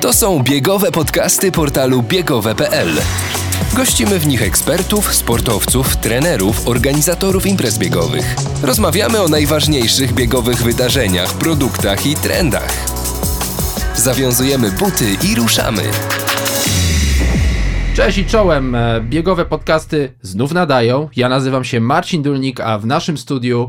To są biegowe podcasty portalu biegowe.pl. Gościmy w nich ekspertów, sportowców, trenerów, organizatorów imprez biegowych. Rozmawiamy o najważniejszych biegowych wydarzeniach, produktach i trendach. Zawiązujemy buty i ruszamy. Cześć i czołem, biegowe podcasty znów nadają. Ja nazywam się Marcin Dulnik, a w naszym studiu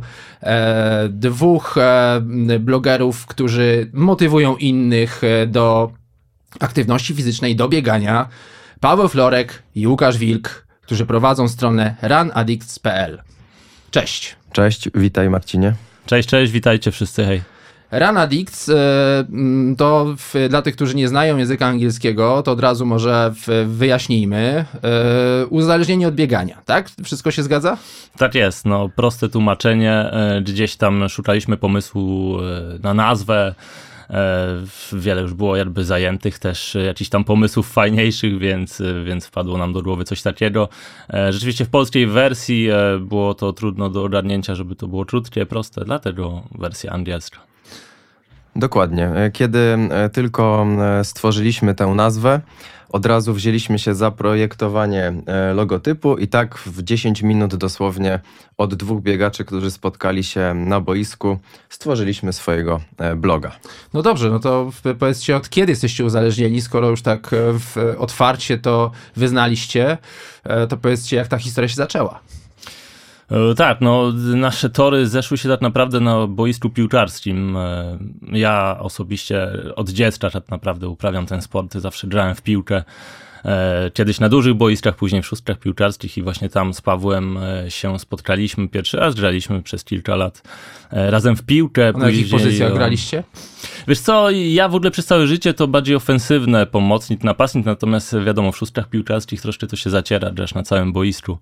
dwóch blogerów, którzy motywują innych do aktywności fizycznej, do biegania. Paweł Florek i Łukasz Wilk, którzy prowadzą stronę runaddicts.pl. Cześć. Cześć, witaj Marcinie. Cześć, witajcie wszyscy, hej. Run Addicts to dla tych, którzy nie znają języka angielskiego, to od razu może wyjaśnijmy. Uzależnienie od biegania, tak? Wszystko się zgadza? Tak jest, no proste tłumaczenie. Gdzieś tam szukaliśmy pomysłu na nazwę. Wiele już było jakby zajętych też jakichś tam pomysłów fajniejszych, więc wpadło nam do głowy coś takiego. Rzeczywiście w polskiej wersji było to trudno do ogarnięcia, żeby to było krótkie, proste, dlatego wersja angielska. Dokładnie. Kiedy tylko stworzyliśmy tę nazwę, od razu wzięliśmy się za projektowanie logotypu i tak w 10 minut dosłownie od dwóch biegaczy, którzy spotkali się na boisku, stworzyliśmy swojego bloga. No dobrze, no to powiedzcie, od kiedy jesteście uzależnieni, skoro już tak otwarcie to wyznaliście, to powiedzcie, jak ta historia się zaczęła. Tak, no nasze tory zeszły się tak naprawdę na boisku piłkarskim. Ja osobiście od dziecka tak naprawdę uprawiam ten sport, zawsze grałem w piłkę. Kiedyś na dużych boiskach, później w szóstkach piłkarskich i właśnie tam z Pawłem się spotkaliśmy. Pierwszy raz graliśmy przez kilka lat razem w piłkę. A na jakich pozycjach graliście? Wiesz co, ja w ogóle przez całe życie to bardziej ofensywne, pomocnik, napastnik, natomiast wiadomo w szóstkach piłkarskich troszkę to się zaciera, grasz na całym boisku.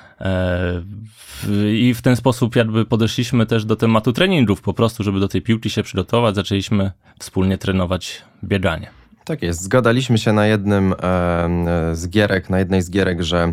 I w ten sposób jakby podeszliśmy też do tematu treningów, po prostu, żeby do tej piłki się przygotować, zaczęliśmy wspólnie trenować bieganie. Tak jest, zgadaliśmy się na jednej z gierek, że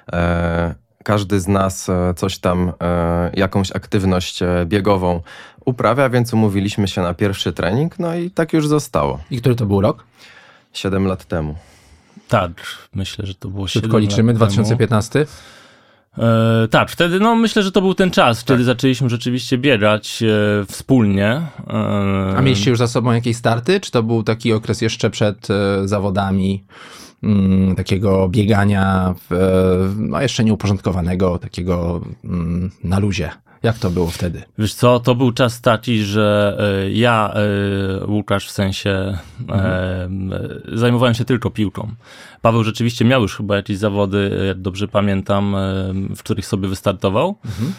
każdy z nas coś tam, jakąś aktywność biegową uprawia, więc umówiliśmy się na pierwszy trening, no i tak już zostało. I który to był rok? 7 lat temu. Tak, myślę, że to było 7 Szybko liczymy, 2015? Tak, wtedy no myślę, że to był ten czas, kiedy zaczęliśmy rzeczywiście biegać wspólnie. A mieliście już za sobą jakieś starty? Czy to był taki okres jeszcze przed zawodami takiego biegania no jeszcze nieuporządkowanego, takiego na luzie? Jak to było wtedy? Wiesz co, to był czas taki, że ja, Łukasz w sensie, zajmowałem się tylko piłką. Paweł rzeczywiście miał już chyba jakieś zawody, jak dobrze pamiętam, w których sobie wystartował.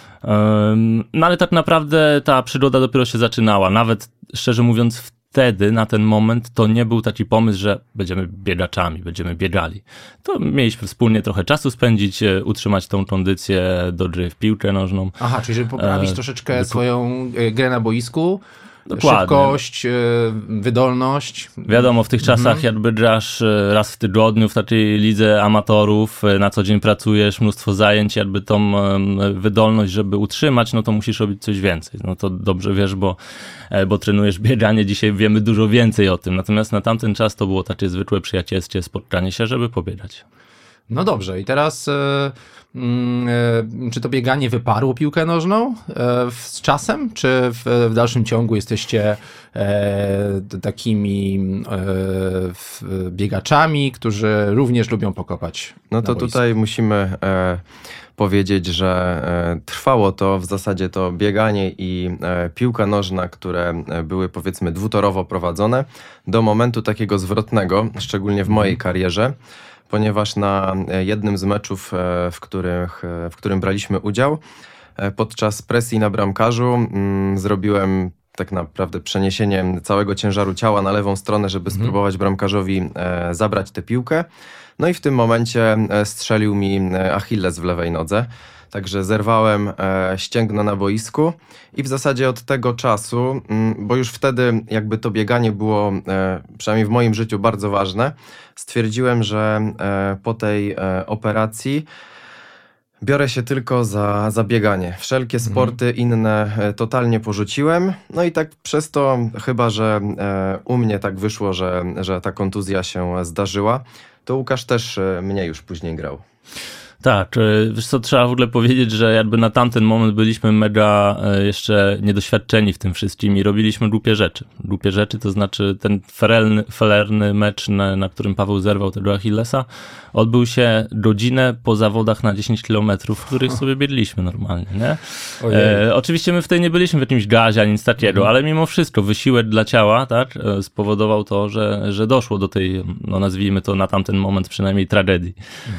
No ale tak naprawdę ta przygoda dopiero się zaczynała. Nawet szczerze mówiąc wtedy, na ten moment, to nie był taki pomysł, że będziemy biegaczami, będziemy biegali. To mieliśmy wspólnie trochę czasu spędzić, utrzymać tą kondycję do gry w piłkę nożną. Aha, czyli żeby poprawić troszeczkę swoją grę na boisku, dokładnie. Szybkość, wydolność. Wiadomo, w tych czasach jakby grasz raz w tygodniu w takiej lidze amatorów, na co dzień pracujesz, mnóstwo zajęć, jakby tą wydolność, żeby utrzymać, no to musisz robić coś więcej. No to dobrze wiesz, bo trenujesz bieganie, dzisiaj wiemy dużo więcej o tym. Natomiast na tamten czas to było takie zwykłe przyjacielskie spotkanie się, żeby pobiegać. No dobrze, i teraz czy to bieganie wyparło piłkę nożną z czasem, czy w dalszym ciągu jesteście takimi biegaczami, którzy również lubią pokopać? No to tutaj musimy powiedzieć, że trwało to w zasadzie to bieganie i piłka nożna, które były powiedzmy dwutorowo prowadzone do momentu takiego zwrotnego, szczególnie w mojej karierze, ponieważ na jednym z meczów, w którym braliśmy udział, podczas presji na bramkarzu zrobiłem tak naprawdę przeniesienie całego ciężaru ciała na lewą stronę, żeby spróbować bramkarzowi zabrać tę piłkę. No i w tym momencie strzelił mi Achilles w lewej nodze. Także zerwałem ścięgno na boisku i w zasadzie od tego czasu, bo już wtedy jakby to bieganie było, przynajmniej w moim życiu, bardzo ważne, stwierdziłem, że po tej operacji Biorę się tylko za bieganie. Wszelkie sporty inne totalnie porzuciłem. No i tak przez to chyba, że u mnie tak wyszło, że ta kontuzja się zdarzyła, to Łukasz też mniej już później grał. Tak, wiesz co, trzeba w ogóle powiedzieć, że jakby na tamten moment byliśmy mega jeszcze niedoświadczeni w tym wszystkim i robiliśmy głupie rzeczy. Głupie rzeczy, to znaczy ten felerny mecz, na którym Paweł zerwał tego Achillesa, odbył się godzinę po zawodach na 10 kilometrów, w których sobie biegliśmy normalnie, nie? Oczywiście my wtedy nie byliśmy w jakimś gazie ani nic takiego, ale mimo wszystko wysiłek dla ciała, tak, spowodował to, że doszło do tej, no nazwijmy to na tamten moment przynajmniej tragedii.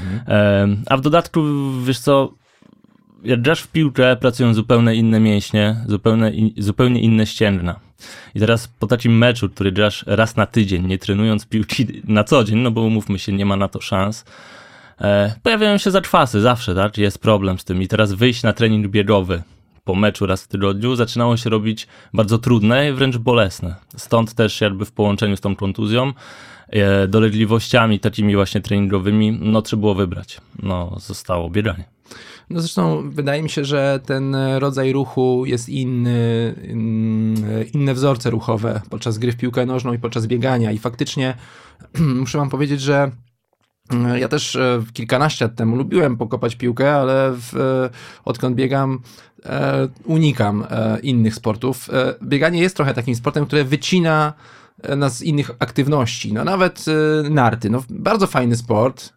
A w dodatku, wiesz co, jak grasz w piłkę, pracują zupełnie inne mięśnie, zupełnie inne ścięgna. I teraz po takim meczu, który grasz raz na tydzień, nie trenując piłki na co dzień, no bo umówmy się, nie ma na to szans, pojawiają się zakwasy zawsze, tak? Jest problem z tym. I teraz wyjść na trening biegowy po meczu raz w tygodniu zaczynało się robić bardzo trudne i wręcz bolesne. Stąd też jakby w połączeniu z tą kontuzją dolegliwościami takimi właśnie treningowymi, no trzeba było wybrać. No zostało bieganie. No zresztą wydaje mi się, że ten rodzaj ruchu jest inny, inne wzorce ruchowe podczas gry w piłkę nożną i podczas biegania i faktycznie muszę wam powiedzieć, że ja też kilkanaście lat temu lubiłem pokopać piłkę, ale odkąd biegam unikam innych sportów. Bieganie jest trochę takim sportem, które wycina nas z innych aktywności. No nawet narty. No, bardzo fajny sport.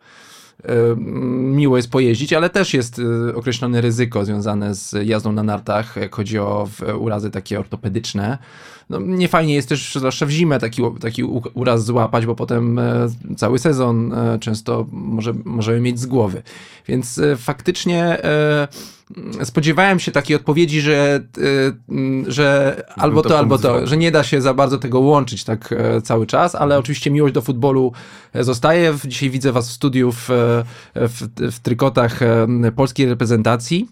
Miło jest pojeździć, ale też jest określone ryzyko związane z jazdą na nartach, jak chodzi o urazy takie ortopedyczne. No, nie fajnie jest też, zwłaszcza w zimę, taki uraz złapać, bo potem cały sezon często możemy mieć z głowy. Więc faktycznie spodziewałem się takiej odpowiedzi, że albo to, że nie da się za bardzo tego łączyć tak cały czas, ale oczywiście miłość do futbolu zostaje. Dzisiaj widzę was w studiu w trykotach polskiej reprezentacji.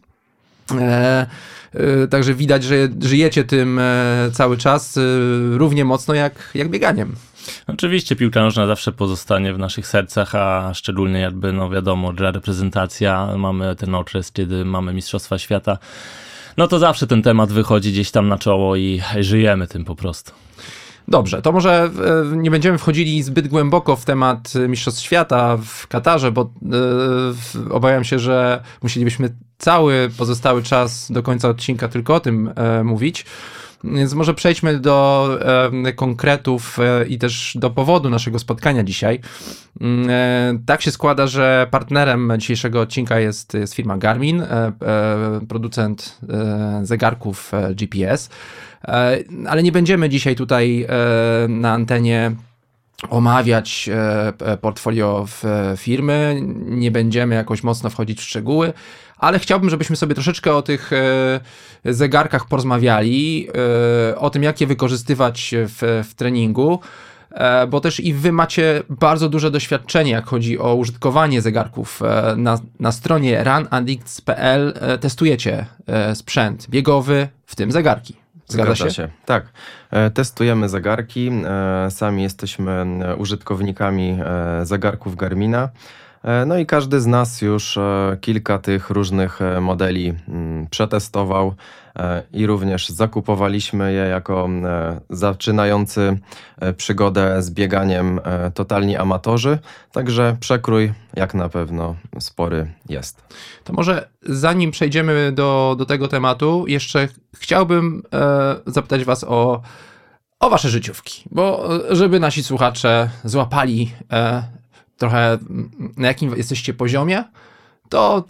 Także widać, że żyjecie tym cały czas równie mocno jak bieganiem. Oczywiście piłka nożna zawsze pozostanie w naszych sercach, a szczególnie jakby, no wiadomo, że reprezentacja, mamy ten okres, kiedy mamy Mistrzostwa Świata, no to zawsze ten temat wychodzi gdzieś tam na czoło i żyjemy tym po prostu. Dobrze, to może nie będziemy wchodzili zbyt głęboko w temat Mistrzostw Świata w Katarze, bo obawiam się, że musielibyśmy cały pozostały czas do końca odcinka tylko o tym mówić. Więc może przejdźmy do konkretów i też do powodu naszego spotkania dzisiaj. Tak się składa, że partnerem dzisiejszego odcinka jest firma Garmin, producent zegarków GPS. Ale nie będziemy dzisiaj tutaj na antenie omawiać portfolio firmy, nie będziemy jakoś mocno wchodzić w szczegóły, ale chciałbym, żebyśmy sobie troszeczkę o tych zegarkach porozmawiali, o tym, jak je wykorzystywać w treningu, bo też i wy macie bardzo duże doświadczenie, jak chodzi o użytkowanie zegarków. Na stronie runaddicts.pl testujecie sprzęt biegowy, w tym zegarki. Zgadza się? Tak. Testujemy zegarki. Sami jesteśmy użytkownikami zegarków Garmina. No i każdy z nas już kilka tych różnych modeli przetestował i również zakupowaliśmy je jako zaczynający przygodę z bieganiem totalni amatorzy. Także przekrój jak na pewno spory jest. To może zanim przejdziemy do tego tematu, jeszcze chciałbym zapytać was o wasze życiówki, bo żeby nasi słuchacze złapali trochę na jakim jesteście poziomie, to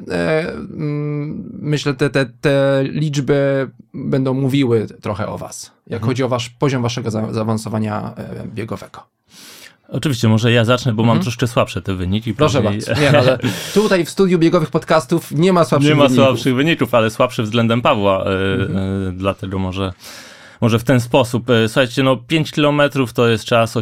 myślę, te liczby będą mówiły trochę o was, jak chodzi o poziom waszego zaawansowania biegowego. Oczywiście, może ja zacznę, bo mam troszkę słabsze te wyniki. Proszę bardzo. Nie, ale tutaj w studiu biegowych podcastów nie ma słabszych wyników. Nie ma słabszych wyników, ale słabszy względem Pawła, dlatego może w ten sposób. Słuchajcie, no 5 km to jest czas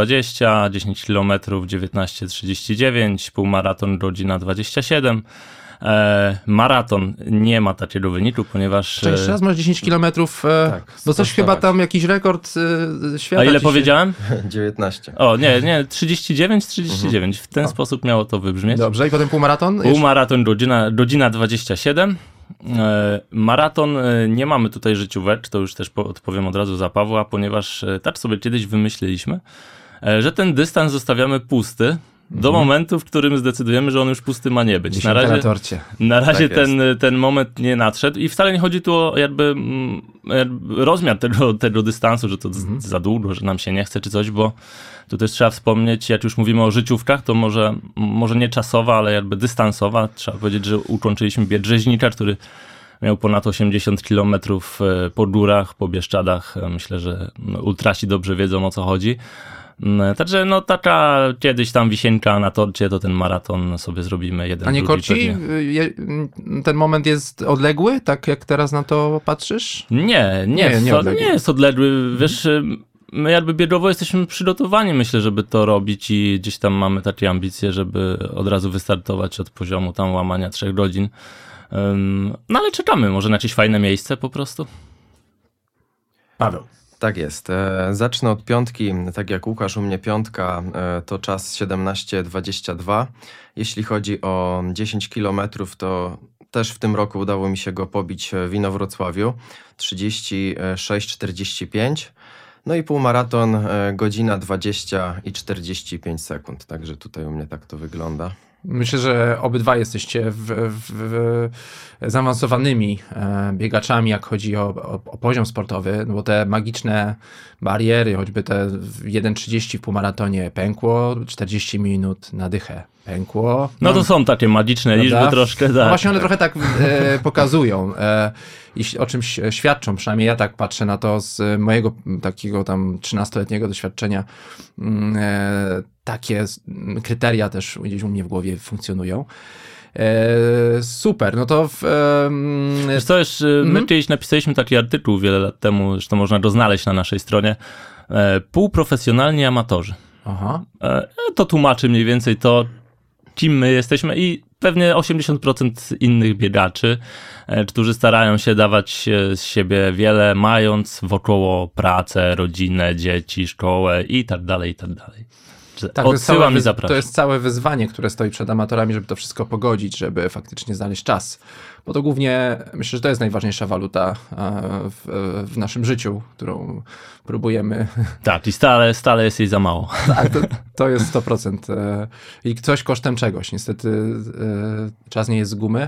18:20, 10 km 19:39, półmaraton godzina 27, Maraton nie ma takiego wyniku, ponieważ... Jeszcze raz masz 10 kilometrów, bo coś chyba tam jakiś rekord świata. A ile powiedziałem? 19. O, nie, 39. W ten sposób miało to wybrzmieć. Dobrze, i potem półmaraton? Półmaraton godzina 27. Maraton nie mamy tutaj życiówek, to już też odpowiem od razu za Pawła, ponieważ tak sobie kiedyś wymyśliliśmy, że ten dystans zostawiamy pusty do momentu, w którym zdecydujemy, że on już pusty ma nie być. Na razie ten moment nie nadszedł i wcale nie chodzi tu o jakby rozmiar tego dystansu, że to za długo, że nam się nie chce czy coś, bo tu też trzeba wspomnieć, jak już mówimy o życiówkach, to może nie czasowa, ale jakby dystansowa. Trzeba powiedzieć, że ukończyliśmy bieg rzeźnika, który miał ponad 80 km po górach, po Bieszczadach. Myślę, że ultrasi dobrze wiedzą, o co chodzi. Także taka kiedyś tam wisienka na torcie, to ten maraton sobie zrobimy jeden. A nie korci? Ten moment jest odległy, tak jak teraz na to patrzysz? Nie jest odległy. Wiesz, my jakby biegowo jesteśmy przygotowani, myślę, żeby to robić i gdzieś tam mamy takie ambicje, żeby od razu wystartować od poziomu tam łamania 3 godzin. No ale czekamy, może na jakieś fajne miejsce po prostu. Paweł. Tak jest. Zacznę od piątki. Tak jak Łukasz, u mnie piątka to czas 17:22. Jeśli chodzi o 10 km, to też w tym roku udało mi się go pobić w Inowrocławiu. 36:45. No i półmaraton godzina 20 i 45 sekund. Także tutaj u mnie tak to wygląda. Myślę, że obydwa jesteście zaawansowanymi biegaczami, jak chodzi o poziom sportowy, no bo te magiczne bariery, choćby te 1:30 w półmaratonie pękło, 40 minut na dychę pękło. No to są takie magiczne liczby troszkę, tak. No właśnie one trochę tak pokazują i o czymś świadczą, przynajmniej ja tak patrzę na to z mojego takiego tam 13-letniego doświadczenia. Takie kryteria też gdzieś u mnie w głowie funkcjonują. Super, no to... Wiesz co, już my kiedyś napisaliśmy taki artykuł wiele lat temu, zresztą można go znaleźć na naszej stronie, półprofesjonalni amatorzy. Aha. To tłumaczy mniej więcej to, kim my jesteśmy i pewnie 80% innych biegaczy, którzy starają się dawać z siebie wiele, mając wokoło pracę, rodzinę, dzieci, szkołę i tak dalej, i tak dalej. Tak, odsyłam i zapraszam. To jest całe wyzwanie, które stoi przed amatorami, żeby to wszystko pogodzić, żeby faktycznie znaleźć czas. Bo to głównie, myślę, że to jest najważniejsza waluta w naszym życiu, którą próbujemy... Tak, i stale jest jej za mało. Tak, to jest 100%. I coś kosztem czegoś. Niestety czas nie jest z gumy.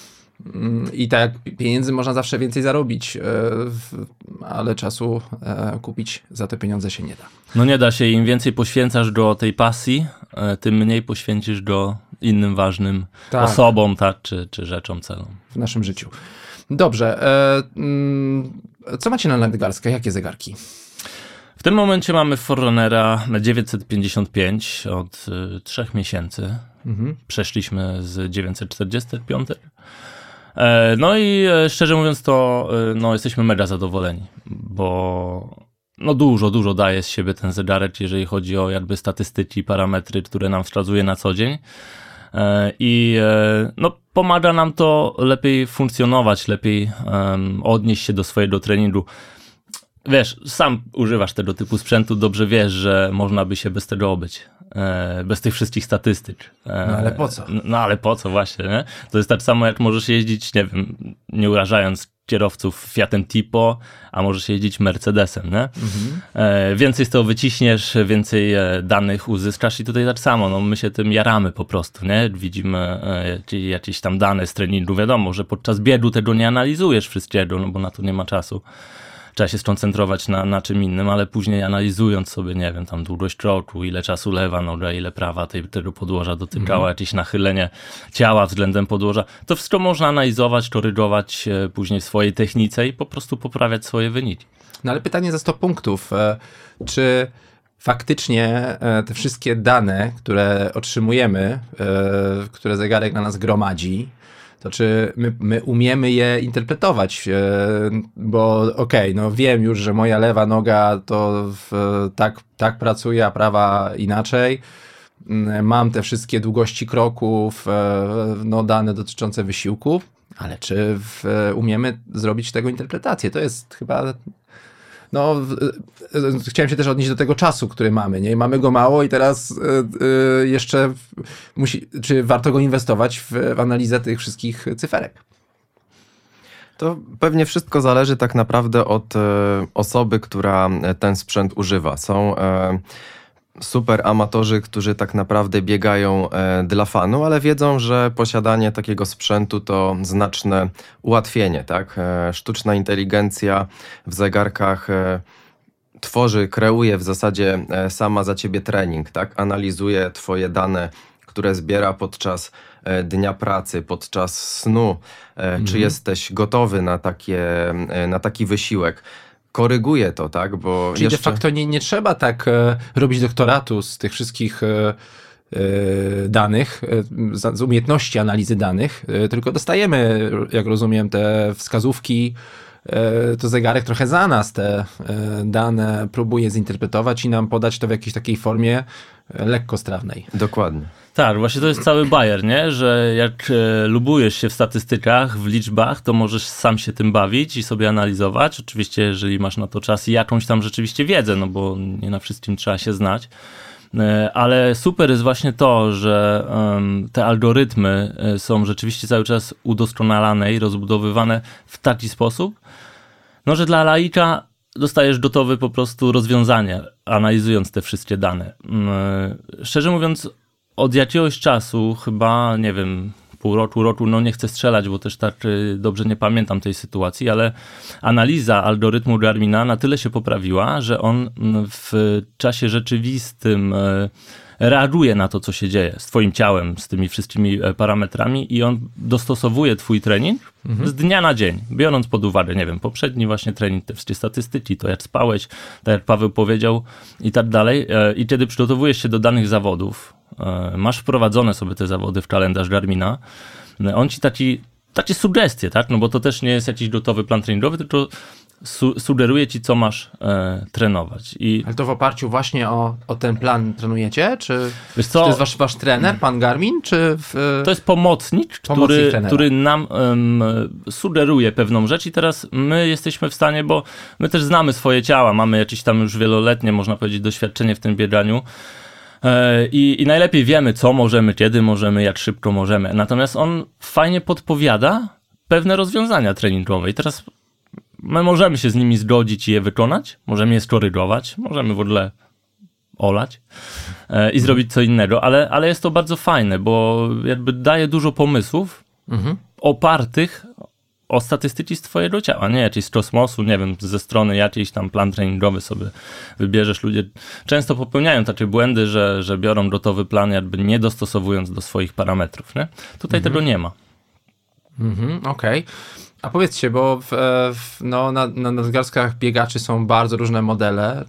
I tak jak pieniędzy można zawsze więcej zarobić, ale czasu kupić za te pieniądze się nie da. No nie da się, im więcej poświęcasz go tej pasji, tym mniej poświęcisz go innym ważnym osobom, tak, czy rzeczom, celom. W naszym życiu. Dobrze. Co macie na nadgarstkach? Jakie zegarki? W tym momencie mamy Forerunnera 955 od 3 miesięcy. Przeszliśmy z 945. No i szczerze mówiąc to jesteśmy mega zadowoleni, bo dużo daje z siebie ten zegarek, jeżeli chodzi o jakby statystyki, parametry, które nam wskazuje na co dzień. I pomaga nam to lepiej funkcjonować, lepiej odnieść się do swojego treningu. Wiesz, sam używasz tego typu sprzętu, dobrze wiesz, że można by się bez tego obyć. Bez tych wszystkich statystyk. No ale po co? No ale po co właśnie, nie? To jest tak samo jak możesz jeździć, nie wiem, nie urażając kierowców Fiatem Tipo, a możesz jeździć Mercedesem, nie? Więcej z tego wyciśniesz, więcej danych uzyskasz i tutaj tak samo, my się tym jaramy po prostu, nie? Widzimy jakieś tam dane z treningu, wiadomo, że podczas biegu tego nie analizujesz wszystkiego, bo na to nie ma czasu. Trzeba się skoncentrować na czym innym, ale później analizując sobie, nie wiem, tam długość kroku, ile czasu lewa noga, ile prawa tego podłoża dotykała, jakieś nachylenie ciała względem podłoża, to wszystko można analizować, korygować później w swojej technice i po prostu poprawiać swoje wyniki. No ale pytanie za 100 punktów. Czy faktycznie te wszystkie dane, które otrzymujemy, które zegarek na nas gromadzi, to czy my umiemy je interpretować, bo wiem już, że moja lewa noga to tak pracuje, a prawa inaczej, mam te wszystkie długości kroków, no, dane dotyczące wysiłku, ale czy umiemy zrobić tego interpretację? To jest chyba... No, chciałem się też odnieść do tego czasu, który mamy, nie? Mamy go mało i teraz jeszcze czy warto go inwestować w analizę tych wszystkich cyferek? To pewnie wszystko zależy tak naprawdę od osoby, która ten sprzęt używa. Są super amatorzy, którzy tak naprawdę biegają dla fanu, ale wiedzą, że posiadanie takiego sprzętu to znaczne ułatwienie, tak? Sztuczna inteligencja w zegarkach kreuje w zasadzie sama za ciebie trening, tak? Analizuje twoje dane, które zbiera podczas dnia pracy, podczas snu, czy jesteś gotowy na taki wysiłek. Koryguje to, tak? Bo czyli de facto nie trzeba tak robić doktoratu z tych wszystkich danych, z umiejętności analizy danych, tylko dostajemy, jak rozumiem, te wskazówki, to zegarek trochę za nas te dane próbuje zinterpretować i nam podać to w jakiejś takiej formie lekkostrawnej. Dokładnie. Tak, właśnie to jest cały bajer, nie? Że jak lubujesz się w statystykach, w liczbach, to możesz sam się tym bawić i sobie analizować. Oczywiście, jeżeli masz na to czas i jakąś tam rzeczywiście wiedzę, no bo nie na wszystkim trzeba się znać. Ale super jest właśnie to, że te algorytmy są rzeczywiście cały czas udoskonalane i rozbudowywane w taki sposób, no, że dla laika dostajesz gotowe po prostu rozwiązanie, analizując te wszystkie dane. Szczerze mówiąc, od jakiegoś czasu, chyba, nie wiem, pół roku, no nie chcę strzelać, bo też tak dobrze nie pamiętam tej sytuacji, ale analiza algorytmu Garmina na tyle się poprawiła, że on w czasie rzeczywistym reaguje na to, co się dzieje z twoim ciałem, z tymi wszystkimi parametrami i on dostosowuje twój trening z dnia na dzień, biorąc pod uwagę, nie wiem, poprzedni właśnie trening, te wszystkie statystyki, to jak spałeś, tak jak Paweł powiedział i tak dalej. I kiedy przygotowujesz się do danych zawodów, masz wprowadzone sobie te zawody w kalendarz Garmina, on ci takie sugestie, tak? No bo to też nie jest jakiś gotowy plan treningowy, tylko sugeruje ci, co masz trenować. Ale to w oparciu właśnie o ten plan trenujecie? Czy wiesz co? To jest wasz trener, pan Garmin? Czy to jest pomocnik, który nam sugeruje pewną rzecz i teraz my jesteśmy w stanie, bo my też znamy swoje ciała, mamy jakieś tam już wieloletnie, można powiedzieć, doświadczenie w tym bieganiu. I najlepiej wiemy, co możemy, kiedy możemy, jak szybko możemy. Natomiast on fajnie podpowiada pewne rozwiązania treningowe. I teraz my możemy się z nimi zgodzić i je wykonać, możemy je skorygować, możemy w ogóle olać i zrobić co innego, ale jest to bardzo fajne, bo jakby daje dużo pomysłów opartych o statystyki z twojego ciała, nie jakieś z kosmosu, nie wiem, ze strony jakiejś tam plan treningowy sobie wybierzesz. Ludzie często popełniają takie błędy, że biorą gotowy plan, jakby nie dostosowując do swoich parametrów, nie? Tutaj tego nie ma. Okej. A powiedzcie, bo na nadgarskach biegaczy są bardzo różne modele,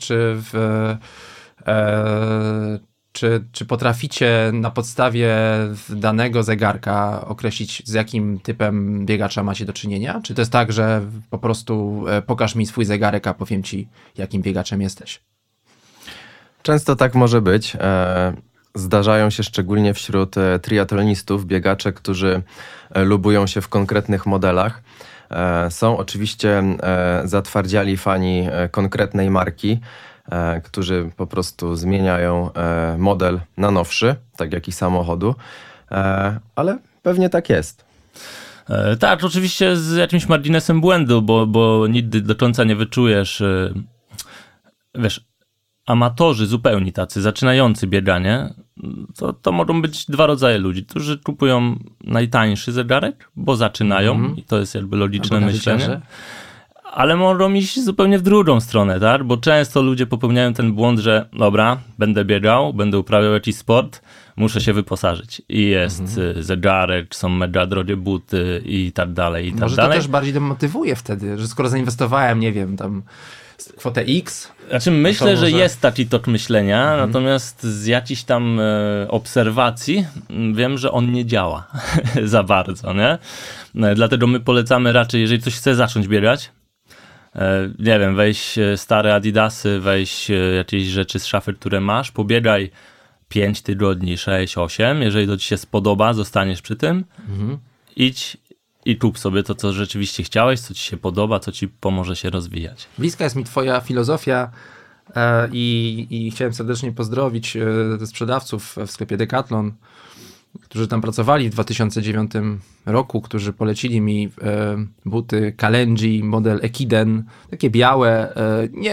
czy potraficie na podstawie danego zegarka określić, z jakim typem biegacza macie do czynienia? Czy to jest tak, że po prostu pokaż mi swój zegarek, a powiem ci, jakim biegaczem jesteś? Często tak może być. Zdarzają się szczególnie wśród triatlonistów biegacze, którzy lubują się w konkretnych modelach. Są oczywiście zatwardziali fani konkretnej marki, którzy po prostu zmieniają model na nowszy, tak jak i samochodu, ale pewnie tak jest. Tak, oczywiście z jakimś marginesem błędu, bo nigdy do końca nie wyczujesz, wiesz, amatorzy zupełni tacy, zaczynający bieganie, to mogą być dwa rodzaje ludzi, którzy kupują najtańszy zegarek, bo zaczynają i to jest jakby logiczne myślenie. Ale mogą iść zupełnie w drugą stronę, tak? Bo często ludzie popełniają ten błąd, że dobra, będę biegał, będę uprawiał jakiś sport, muszę się wyposażyć. I jest zegarek, są mega drogie buty i tak dalej, i tak Może dalej. to też bardziej demotywuje wtedy, że skoro zainwestowałem, nie wiem, tam kwotę X... Znaczy myślę, że jest taki tok myślenia, natomiast z jakichś tam obserwacji wiem, że on nie działa za bardzo, nie? Dlatego my polecamy raczej, jeżeli ktoś chce zacząć biegać, nie wiem, weź stare Adidasy, weź jakieś rzeczy z szafy, które masz, pobiegaj 5 tygodni, 6, 8. Jeżeli to ci się spodoba, zostaniesz przy tym, idź i kup sobie to, co rzeczywiście chciałeś, co ci się podoba, co ci pomoże się rozwijać. Bliska jest mi twoja filozofia i chciałem serdecznie pozdrowić sprzedawców w sklepie Decathlon, którzy tam pracowali w 2009 roku, którzy polecili mi buty Kalenji, model Ekiden, takie białe, nie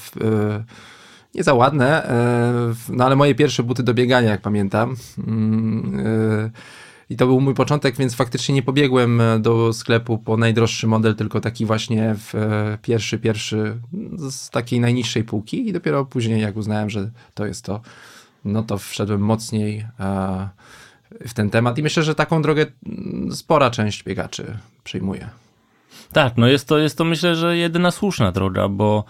za ładne, no ale moje pierwsze buty do biegania, jak pamiętam. I to był mój początek, więc faktycznie nie pobiegłem do sklepu po najdroższy model, tylko taki właśnie pierwszy z takiej najniższej półki i dopiero później, jak uznałem, że to jest to, no to wszedłem mocniej w ten temat i myślę, że taką drogę spora część biegaczy przyjmuje. Tak, no jest to myślę, że jedyna słuszna droga, bo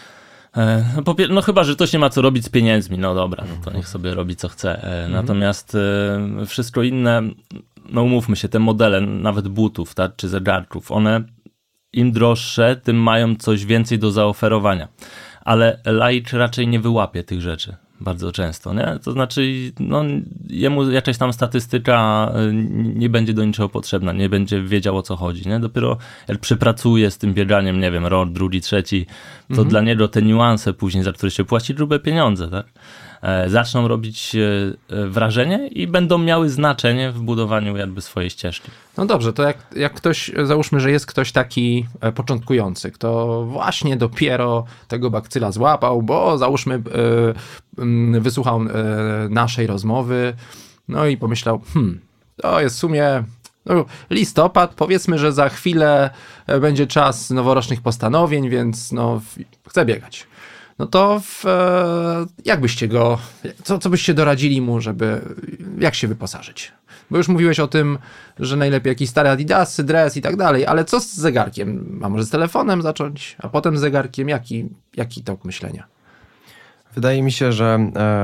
no chyba, że ktoś nie ma co robić z pieniędzmi, no dobra, no to niech sobie robi co chce. Natomiast wszystko inne, no umówmy się, te modele, nawet butów, tak, czy zegarków, one im droższe, tym mają coś więcej do zaoferowania. Ale laik raczej nie wyłapie tych rzeczy bardzo często, nie? To znaczy, no jemu jakaś tam statystyka nie będzie do niczego potrzebna, nie będzie wiedział, o co chodzi, nie? Dopiero jak przypracuje z tym bieganiem, nie wiem, rok, drugi, trzeci, to dla niego te niuanse później, za które się płaci grube pieniądze, tak? Zaczną robić wrażenie i będą miały znaczenie w budowaniu jakby swojej ścieżki. No dobrze, to jak ktoś, załóżmy, że jest ktoś taki początkujący, kto właśnie dopiero tego bakcyla złapał, bo załóżmy wysłuchał naszej rozmowy, no i pomyślał, to jest w sumie listopad, powiedzmy, że za chwilę będzie czas noworocznych postanowień, więc no chcę biegać. No to jak byście co byście doradzili mu, jak się wyposażyć? Bo już mówiłeś o tym, że najlepiej jakieś stare adidasy, dres i tak dalej, ale co z zegarkiem? A może z telefonem zacząć, a potem z zegarkiem? Jaki tok myślenia? Wydaje mi się, że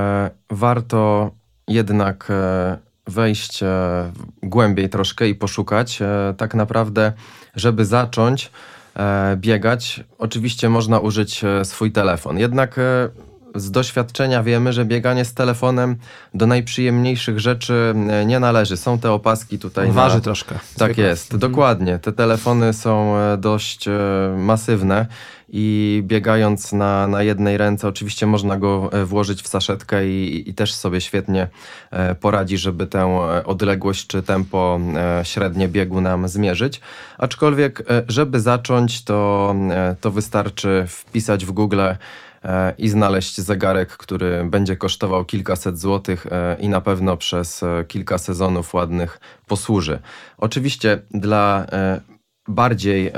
warto jednak wejść głębiej troszkę i poszukać. Tak naprawdę, żeby zacząć biegać, oczywiście można użyć swój telefon. Jednak z doświadczenia wiemy, że bieganie z telefonem do najprzyjemniejszych rzeczy nie należy. Są te opaski tutaj. Waży troszkę. Tak jest, dokładnie. Te telefony są dość masywne i biegając na jednej ręce, oczywiście można go włożyć w saszetkę i też sobie świetnie poradzi, żeby tę odległość czy tempo średnie biegu nam zmierzyć. Aczkolwiek, żeby zacząć, to wystarczy wpisać w Google i znaleźć zegarek, który będzie kosztował kilkaset złotych i na pewno przez kilka sezonów ładnych posłuży. Oczywiście dla bardziej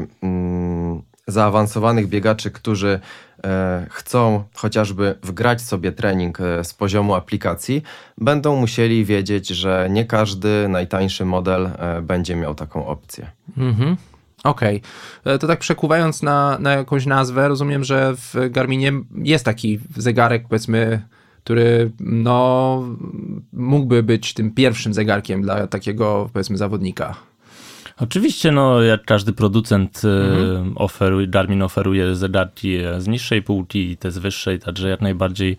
zaawansowanych biegaczy, którzy chcą chociażby wgrać sobie trening z poziomu aplikacji, będą musieli wiedzieć, że nie każdy najtańszy model będzie miał taką opcję. Okej. To tak przekuwając na jakąś nazwę, rozumiem, że w Garminie jest taki zegarek, powiedzmy, który no mógłby być tym pierwszym zegarkiem dla takiego, powiedzmy, zawodnika. Oczywiście, no jak każdy producent Garmin oferuje zegarki z niższej półki i te z wyższej, także jak najbardziej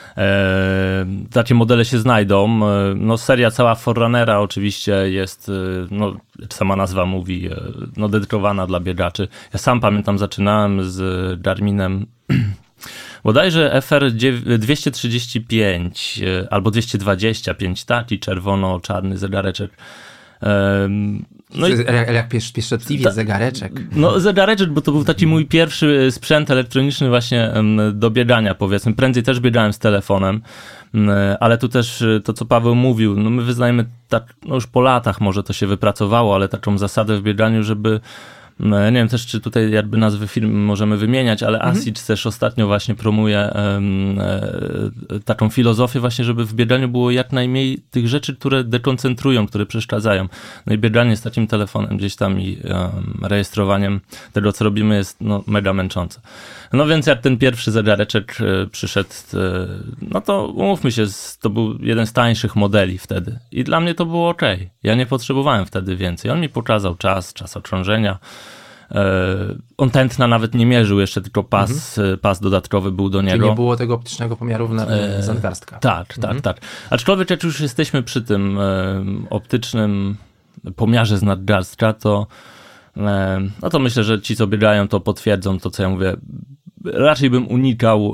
takie modele się znajdą. No seria cała Forerunnera oczywiście jest, no jak sama nazwa mówi, no dedykowana dla biegaczy. Ja sam pamiętam, zaczynałem z Garminem bodajże FR 235 albo 225, taki czerwono-czarny zegareczek. No jak pisze w TV, zegareczek. No zegareczek, bo to był taki mój pierwszy sprzęt elektroniczny właśnie do biegania, powiedzmy. Prędzej też biegałem z telefonem, ale tu też to, co Paweł mówił, no my wyznajemy, tak, no już po latach może to się wypracowało, ale taką zasadę w bieganiu, żeby nie wiem też, czy tutaj jakby nazwy firm możemy wymieniać, ale ASICS też ostatnio właśnie promuje taką filozofię właśnie, żeby w bieganiu było jak najmniej tych rzeczy, które dekoncentrują, które przeszkadzają. No i bieganie z takim telefonem gdzieś tam i rejestrowaniem tego, co robimy, jest no, mega męczące. No więc jak ten pierwszy zegareczek przyszedł, no to umówmy się, to był jeden z tańszych modeli wtedy i dla mnie to było okej. Ja nie potrzebowałem wtedy więcej. On mi pokazał czas okrążenia, On tętna nawet nie mierzył jeszcze, tylko pas dodatkowy był do niego. Czyli nie było tego optycznego pomiaru z nadgarstka. Tak. Aczkolwiek jak już jesteśmy przy tym optycznym pomiarze z nadgarstka, to no to myślę, że ci, co biegają, to potwierdzą to, co ja mówię. Raczej bym unikał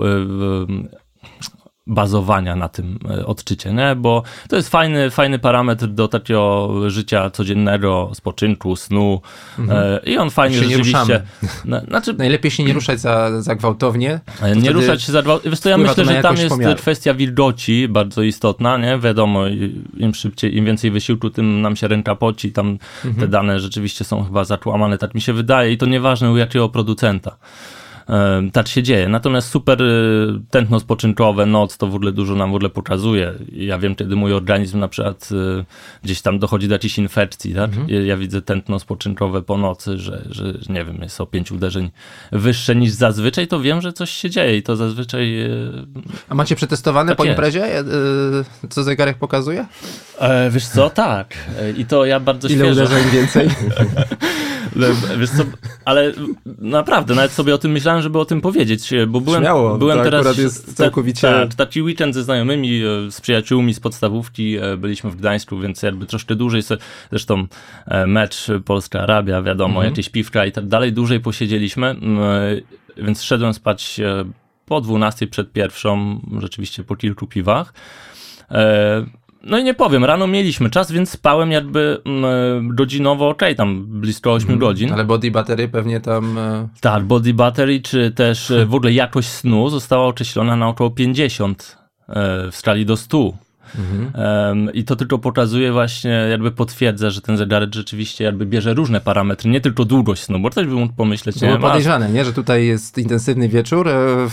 bazowania na tym odczycie, nie? Bo to jest fajny parametr do takiego życia codziennego, spoczynku, snu i on fajnie rzeczywiście... Znaczy, najlepiej się nie ruszać za gwałtownie. Nie ruszać się za gwałtownie. Wiesz co, ja myślę, że tam jest kwestia wilgoci bardzo istotna, nie? Wiadomo, im więcej wysiłku, tym nam się ręka poci, tam te dane rzeczywiście są chyba zakłamane, tak mi się wydaje i to nieważne u jakiego producenta. Tak się dzieje. Natomiast super tętno spoczynkowe, noc, to w ogóle dużo nam w ogóle pokazuje. Ja wiem, kiedy mój organizm na przykład gdzieś tam dochodzi do jakichś infekcji, tak? Ja widzę tętno spoczynkowe po nocy, że nie wiem, jest o 5 uderzeń wyższe niż zazwyczaj, to wiem, że coś się dzieje i to zazwyczaj... A macie przetestowane tak po imprezie? Co zegarek pokazuje? Wiesz co, tak. I to ja bardzo świeżo... Ile uderzeń więcej? Wiesz co, ale naprawdę, nawet sobie o tym myślałem, żeby o tym powiedzieć, bo byłem to teraz... akurat jest całkowicie... taki weekend ze znajomymi, z przyjaciółmi z podstawówki, byliśmy w Gdańsku, więc jakby troszkę dłużej, zresztą mecz Polska-Arabia, wiadomo, jakieś piwka i tak dalej, dłużej posiedzieliśmy, więc szedłem spać po 12 przed 1, rzeczywiście po kilku piwach. No i nie powiem, rano mieliśmy czas, więc spałem jakby godzinowo, tam blisko 8 godzin. Ale body battery pewnie tam... Tak, body battery, czy też w ogóle jakość snu została określona na około 50 w skali do 100. I to tylko pokazuje właśnie, jakby potwierdza, że ten zegarek rzeczywiście jakby bierze różne parametry, nie tylko długość snu, bo ktoś by mógł pomyśleć... Było podejrzane, nie? Że tutaj jest intensywny wieczór,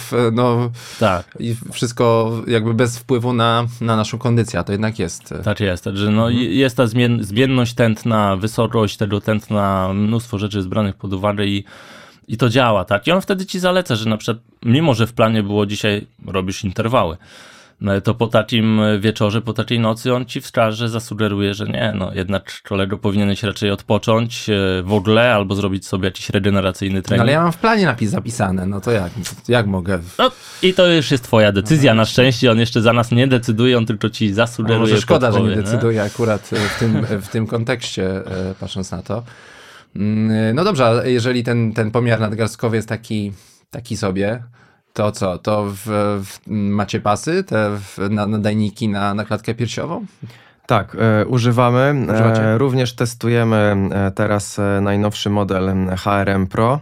tak. I wszystko jakby bez wpływu na naszą kondycję, a to jednak jest. Tak jest, że jest ta zmienność tętna, wysokość tego tętna, mnóstwo rzeczy jest branych pod uwagę i to działa, tak? I on wtedy ci zaleca, że na przykład, mimo że w planie było dzisiaj robisz interwały, to po takim wieczorze, po takiej nocy on ci wskaże, zasugeruje, że nie, jednak kolego powinieneś raczej odpocząć w ogóle albo zrobić sobie jakiś regeneracyjny trening. No ale ja mam w planie zapisane, no to jak mogę? No i to już jest twoja decyzja, na szczęście on jeszcze za nas nie decyduje, on tylko ci zasugeruje. Może szkoda, że nie decyduje akurat w tym kontekście, patrząc na to. No dobrze, ale jeżeli ten pomiar nadgarstkowy jest taki sobie, to co? To macie pasy, te nadajniki na klatkę piersiową? Tak, używamy. Używacie? Również testujemy teraz najnowszy model HRM Pro.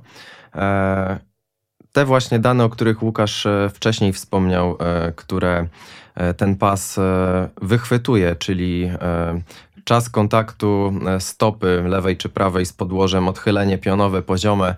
Te właśnie dane, o których Łukasz wcześniej wspomniał, które ten pas wychwytuje, czyli czas kontaktu stopy lewej czy prawej z podłożem, odchylenie pionowe, poziome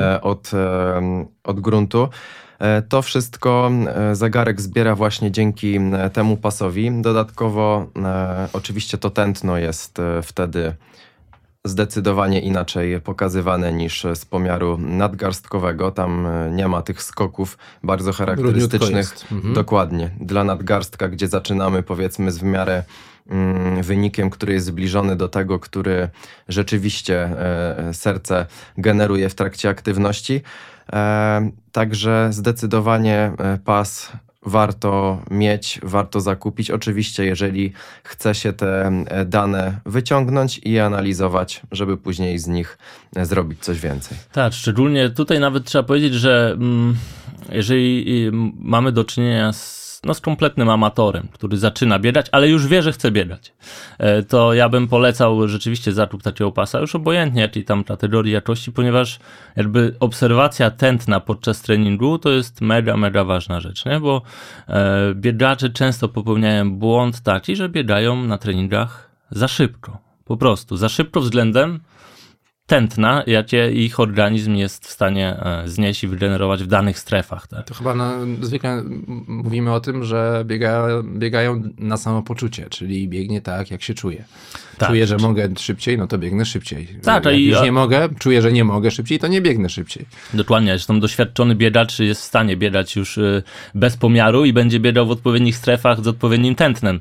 od gruntu. To wszystko zegarek zbiera właśnie dzięki temu pasowi. Dodatkowo oczywiście to tętno jest wtedy zdecydowanie inaczej pokazywane niż z pomiaru nadgarstkowego. Tam nie ma tych skoków bardzo charakterystycznych. Dokładnie. Dla nadgarstka, gdzie zaczynamy powiedzmy z w miarę wynikiem, który jest zbliżony do tego, który rzeczywiście serce generuje w trakcie aktywności. Także zdecydowanie pas warto mieć, warto zakupić. Oczywiście, jeżeli chce się te dane wyciągnąć i analizować, żeby później z nich zrobić coś więcej. Tak, szczególnie tutaj nawet trzeba powiedzieć, że jeżeli mamy do czynienia z kompletnym amatorem, który zaczyna biegać, ale już wie, że chce biegać, to ja bym polecał rzeczywiście zakup takiego pasa, już obojętnie jakiej tam kategorii jakości, ponieważ jakby obserwacja tętna podczas treningu to jest mega, mega ważna rzecz, nie? Bo biegacze często popełniają błąd taki, że biegają na treningach za szybko, po prostu, za szybko względem tętna, jakie ich organizm jest w stanie znieść i wygenerować w danych strefach. Tak? To chyba zwykle mówimy o tym, że biegają na samopoczucie, czyli biegnie tak, jak się czuje. Tak. Czuję, że mogę szybciej, no to biegnę szybciej. Tak, jak już nie mogę, czuję, że nie mogę szybciej, to nie biegnę szybciej. Dokładnie, zresztą doświadczony biegacz jest w stanie biegać już bez pomiaru i będzie biegał w odpowiednich strefach z odpowiednim tętnem.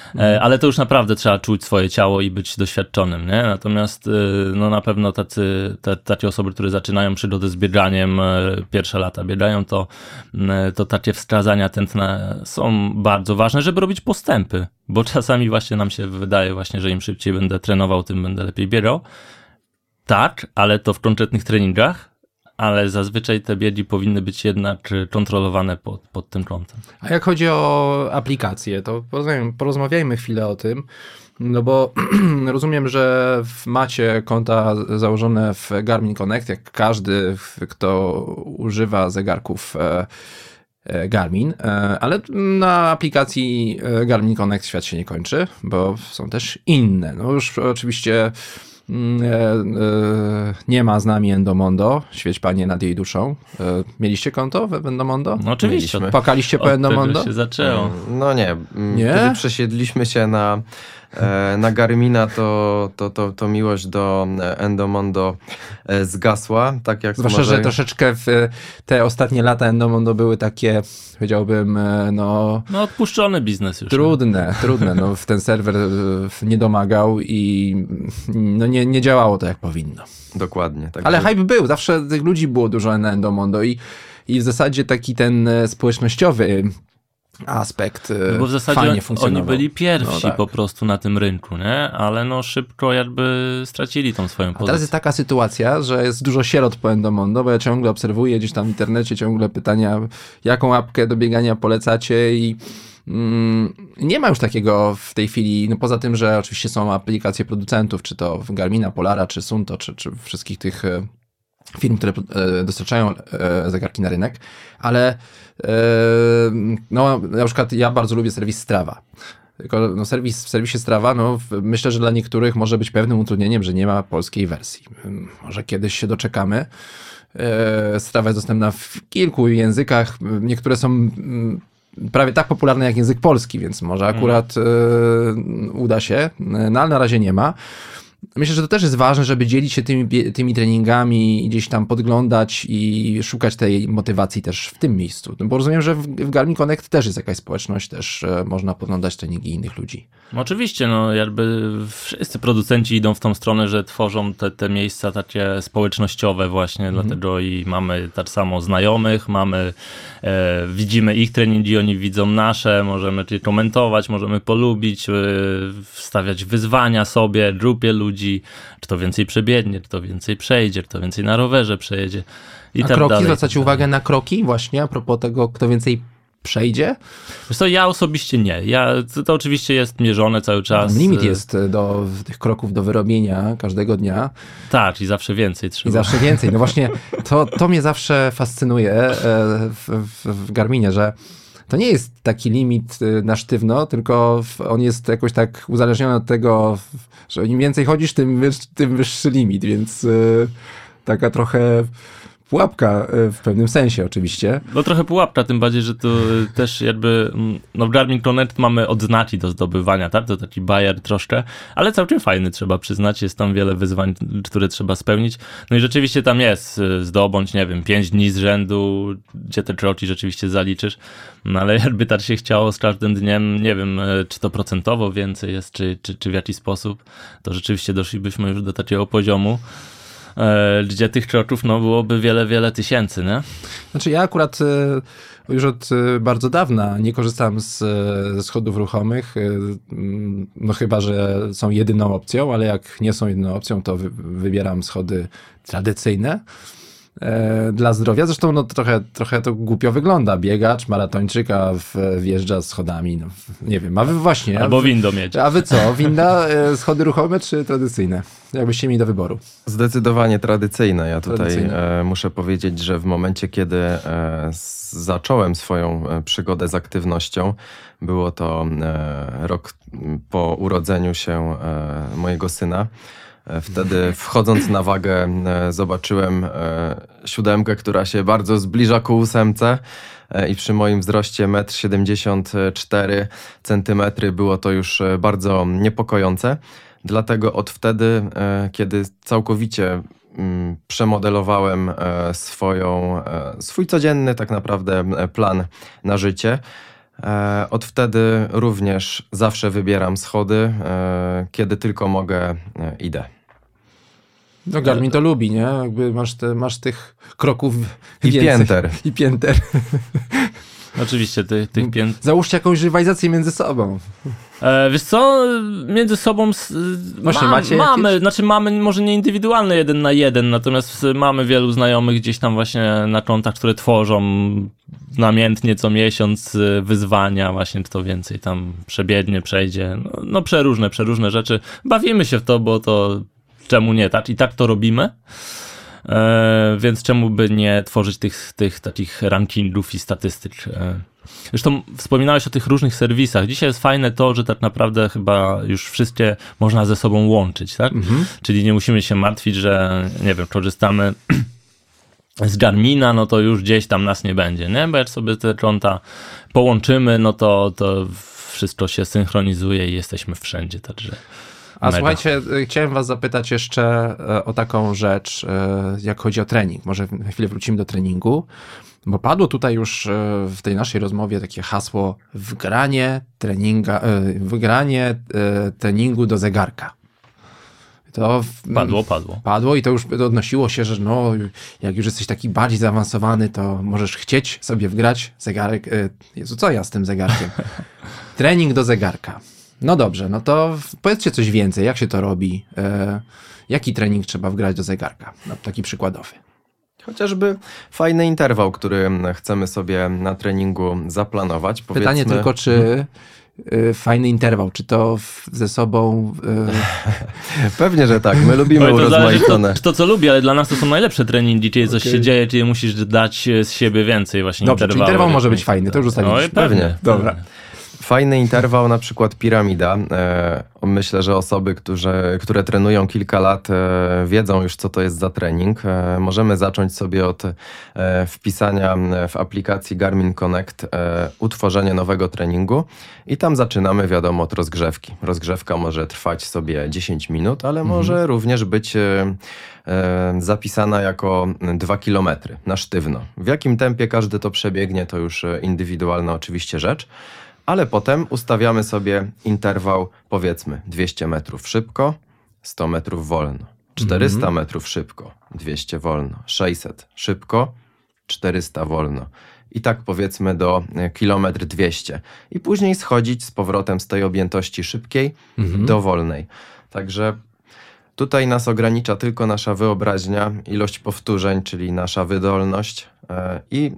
Ale to już naprawdę trzeba czuć swoje ciało i być doświadczonym, nie? Natomiast no na pewno takie osoby, które zaczynają przygodę z bieganiem, pierwsze lata biegają, to takie wskazania tętna są bardzo ważne, żeby robić postępy, bo czasami właśnie nam się wydaje właśnie, że im szybciej będę trenował, tym będę lepiej biegał. Tak, ale to w konkretnych treningach, ale zazwyczaj te biegi powinny być jednak kontrolowane pod tym kątem. A jak chodzi o aplikacje, to porozmawiajmy chwilę o tym, no bo rozumiem, że macie konta założone w Garmin Connect, jak każdy, kto używa zegarków Garmin, ale na aplikacji Garmin Connect świat się nie kończy, bo są też inne. No już oczywiście nie ma z nami Endomondo, świeć Panie nad jej duszą. Mieliście konto w Endomondo? No oczywiście. Mieliśmy. Płakaliście po Endomondo? Od tego się zaczęło. No nie. Nie? Kiedy przesiedliśmy się na Garmina, to miłość do Endomondo zgasła, tak jak Zwłaszcza, że troszeczkę w te ostatnie lata Endomondo były takie, powiedziałbym, No odpuszczony biznes już. trudne. No, ten serwer nie domagał i no, nie działało to jak powinno. Dokładnie. Tak. Ale hype był, zawsze tych ludzi było dużo na Endomondo i w zasadzie taki ten społecznościowy aspekt Bo w zasadzie fajnie funkcjonował. oni byli pierwsi No tak. po prostu na tym rynku, nie? Ale no szybko jakby stracili tą swoją A pozycję. teraz jest taka sytuacja, że jest dużo sierot po Endomondo, bo ja ciągle obserwuję gdzieś tam w internecie ciągle pytania, jaką apkę do biegania polecacie i nie ma już takiego w tej chwili, no poza tym, że oczywiście są aplikacje producentów, czy to Garmina, Polara, czy Sunto, czy wszystkich tych firm, które dostarczają zegarki na rynek, ale no na przykład ja bardzo lubię serwis Strava. Tylko no, w serwisie Strava, no, myślę, że dla niektórych może być pewnym utrudnieniem, że nie ma polskiej wersji. Może kiedyś się doczekamy. Strava jest dostępna w kilku językach. Niektóre są prawie tak popularne jak język polski, więc może akurat uda się, no ale na razie nie ma. Myślę, że to też jest ważne, żeby dzielić się tymi treningami, gdzieś tam podglądać i szukać tej motywacji też w tym miejscu. Bo rozumiem, że w Garmin Connect też jest jakaś społeczność, też można podglądać treningi innych ludzi. No oczywiście, no jakby wszyscy producenci idą w tą stronę, że tworzą te miejsca takie społecznościowe właśnie, dlatego i mamy tak samo znajomych, widzimy ich treningi, oni widzą nasze, możemy je komentować, możemy polubić, wstawiać wyzwania sobie, grupie ludzi, czy to więcej przebiegnie, czy to więcej przejdzie, czy to więcej na rowerze przejedzie i A tak kroki, dalej. zwracacie uwagę na kroki właśnie, a propos tego, kto więcej przejdzie? Wiesz co, ja osobiście nie. To oczywiście jest mierzone cały czas. Limit jest do tych kroków do wyrobienia każdego dnia. Tak, i zawsze więcej trzeba. I zawsze więcej. No właśnie, to mnie zawsze fascynuje w Garminie, że to nie jest taki limit na sztywno, tylko on jest jakoś tak uzależniony od tego, że im więcej chodzisz, tym wyższy limit, więc taka trochę pułapka w pewnym sensie oczywiście. No trochę pułapka, tym bardziej, że tu też jakby, no w Garmin Connect mamy odznaki do zdobywania, tak? To taki bajer troszkę, ale całkiem fajny, trzeba przyznać, jest tam wiele wyzwań, które trzeba spełnić. No i rzeczywiście tam jest, zdobądź, nie wiem, 5 dni z rzędu, gdzie te kroki rzeczywiście zaliczysz, no ale jakby tak się chciało z każdym dniem, nie wiem, czy to procentowo więcej jest, czy w jaki sposób, to rzeczywiście doszlibyśmy już do takiego poziomu, gdzie tych kroków no, byłoby wiele tysięcy, nie? Znaczy ja akurat już od bardzo dawna nie korzystam ze schodów ruchomych, no chyba, że są jedyną opcją, ale jak nie są jedyną opcją, to wybieram schody tradycyjne dla zdrowia. Zresztą no, trochę to głupio wygląda. Biegacz, maratończyk, a wjeżdża schodami. No, nie wiem, a wy właśnie... Albo windą mieć. A wy co? Winda, schody ruchome czy tradycyjne? Jakbyście mieli do wyboru? Zdecydowanie tradycyjne. Ja tutaj muszę powiedzieć, że w momencie, kiedy zacząłem swoją przygodę z aktywnością, było to rok po urodzeniu się mojego syna. Wtedy wchodząc na wagę zobaczyłem 7, która się bardzo zbliża ku 8 i przy moim wzroście 1,74 m było to już bardzo niepokojące. Dlatego od wtedy, kiedy całkowicie przemodelowałem swój codzienny tak naprawdę plan na życie, Od wtedy również zawsze wybieram schody. Kiedy tylko mogę, idę. No Garmin to lubi, nie? Jakby masz tych kroków I więcej. pięter. I pięter. Oczywiście tych pięt. Załóżcie jakąś rywalizację między sobą. Wiesz co, między sobą Właśnie macie mamy, jakieś? znaczy mamy może nie indywidualne 1 na 1, natomiast mamy wielu znajomych gdzieś tam właśnie na kontach, które tworzą namiętnie co miesiąc wyzwania, właśnie kto więcej tam przebiegnie, przejdzie, no przeróżne rzeczy. Bawimy się w to, bo to czemu nie, tak? I tak to robimy. Więc czemu by nie tworzyć tych takich rankingów i statystyk. Zresztą wspominałeś o tych różnych serwisach. Dzisiaj jest fajne to, że tak naprawdę chyba już wszystkie można ze sobą łączyć, tak? Czyli nie musimy się martwić, że nie wiem, korzystamy z Garmina, no to już gdzieś tam nas nie będzie, nie? Bo jak sobie te konta połączymy, no to wszystko się synchronizuje i jesteśmy wszędzie, także... A mega. słuchajcie, chciałem was zapytać jeszcze o taką rzecz, jak chodzi o trening. Może na chwilę wrócimy do treningu, bo padło tutaj już w tej naszej rozmowie takie hasło wgranie treningu do zegarka. To padło i to już odnosiło się, że no, jak już jesteś taki bardziej zaawansowany, to możesz chcieć sobie wgrać zegarek. Jezu, co ja z tym zegarkiem? Trening do zegarka. No dobrze, no to powiedzcie coś więcej, jak się to robi, jaki trening trzeba wgrać do zegarka, no, taki przykładowy. Chociażby fajny interwał, który chcemy sobie na treningu zaplanować. Pytanie tylko, czy fajny interwał, czy to ze sobą... Pewnie, że tak, my lubimy urozmaicone. To co lubię, ale dla nas to są najlepsze treningi, kiedy coś się dzieje, kiedy musisz dać z siebie więcej właśnie Dobrze, interwały. czy interwał może być fajny, to już ustaliliśmy. No i pewnie. Dobra. Fajny interwał, na przykład piramida. Myślę, że osoby, które trenują kilka lat, wiedzą już, co to jest za trening. Możemy zacząć sobie od wpisania w aplikacji Garmin Connect utworzenie nowego treningu i tam zaczynamy, wiadomo, od rozgrzewki. Rozgrzewka może trwać sobie 10 minut, ale może również być zapisana jako 2 km na sztywno. W jakim tempie każdy to przebiegnie, to już indywidualna oczywiście rzecz. Ale potem ustawiamy sobie interwał, powiedzmy, 200 metrów szybko, 100 metrów wolno, 400 metrów szybko, 200 wolno, 600 szybko, 400 wolno. I tak powiedzmy do 1,2 km. I później schodzić z powrotem z tej objętości szybkiej do wolnej. Także tutaj nas ogranicza tylko nasza wyobraźnia, ilość powtórzeń, czyli nasza wydolność i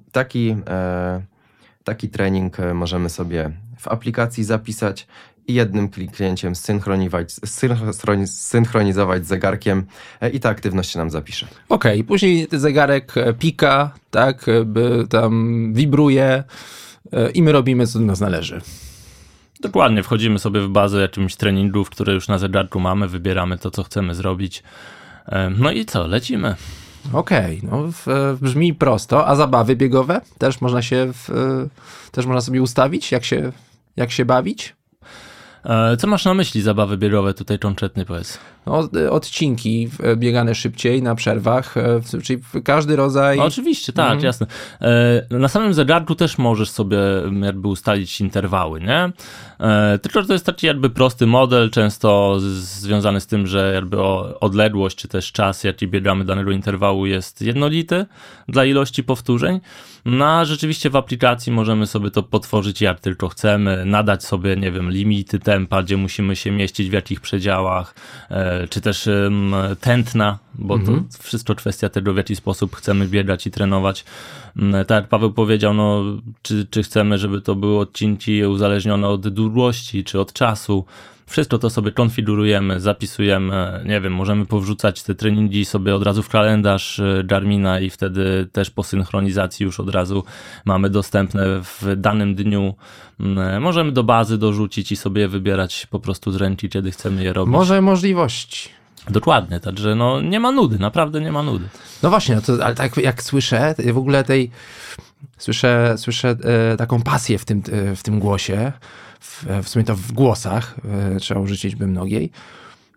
taki trening możemy sobie w aplikacji zapisać i jednym kliknięciem synchronizować z zegarkiem i ta aktywność się nam zapisze. Okej, później zegarek pika, tak, tam wibruje i my robimy, co do nas należy. Dokładnie, wchodzimy sobie w bazę jakimś treningów, które już na zegarku mamy, wybieramy to, co chcemy zrobić. No i co, lecimy. Okej, no brzmi prosto, a zabawy biegowe też można sobie ustawić, jak się bawić? Co masz na myśli zabawy biegowe tutaj konkretnie, powiedz? No, odcinki biegane szybciej na przerwach, czyli każdy rodzaj... No, oczywiście, tak, jasne. Na samym zegarku też możesz sobie jakby ustalić interwały, nie? Tylko, że to jest taki jakby prosty model, często związany z tym, że jakby odległość, czy też czas, jaki biegamy danego interwału jest jednolity dla ilości powtórzeń. No a rzeczywiście w aplikacji możemy sobie to potworzyć jak tylko chcemy, nadać sobie, nie wiem, limity tempa, gdzie musimy się mieścić, w jakich przedziałach, czy też tętna, bo to wszystko kwestia tego, w jaki sposób chcemy biegać i trenować. Tak jak Paweł powiedział, no, czy chcemy, żeby to były odcinki uzależnione od długości, czy od czasu. Wszystko to sobie konfigurujemy, zapisujemy, nie wiem, możemy powrzucać te treningi sobie od razu w kalendarz Garmina i wtedy też po synchronizacji już od razu mamy dostępne w danym dniu. Możemy do bazy dorzucić i sobie wybierać po prostu z ręki, kiedy chcemy je robić. Może możliwości. Dokładnie, także no nie ma nudy, naprawdę nie ma nudy. No właśnie, ale tak jak słyszę, w ogóle słyszę taką pasję w tym głosie, w sumie to w głosach, trzeba użyć liczby mnogiej.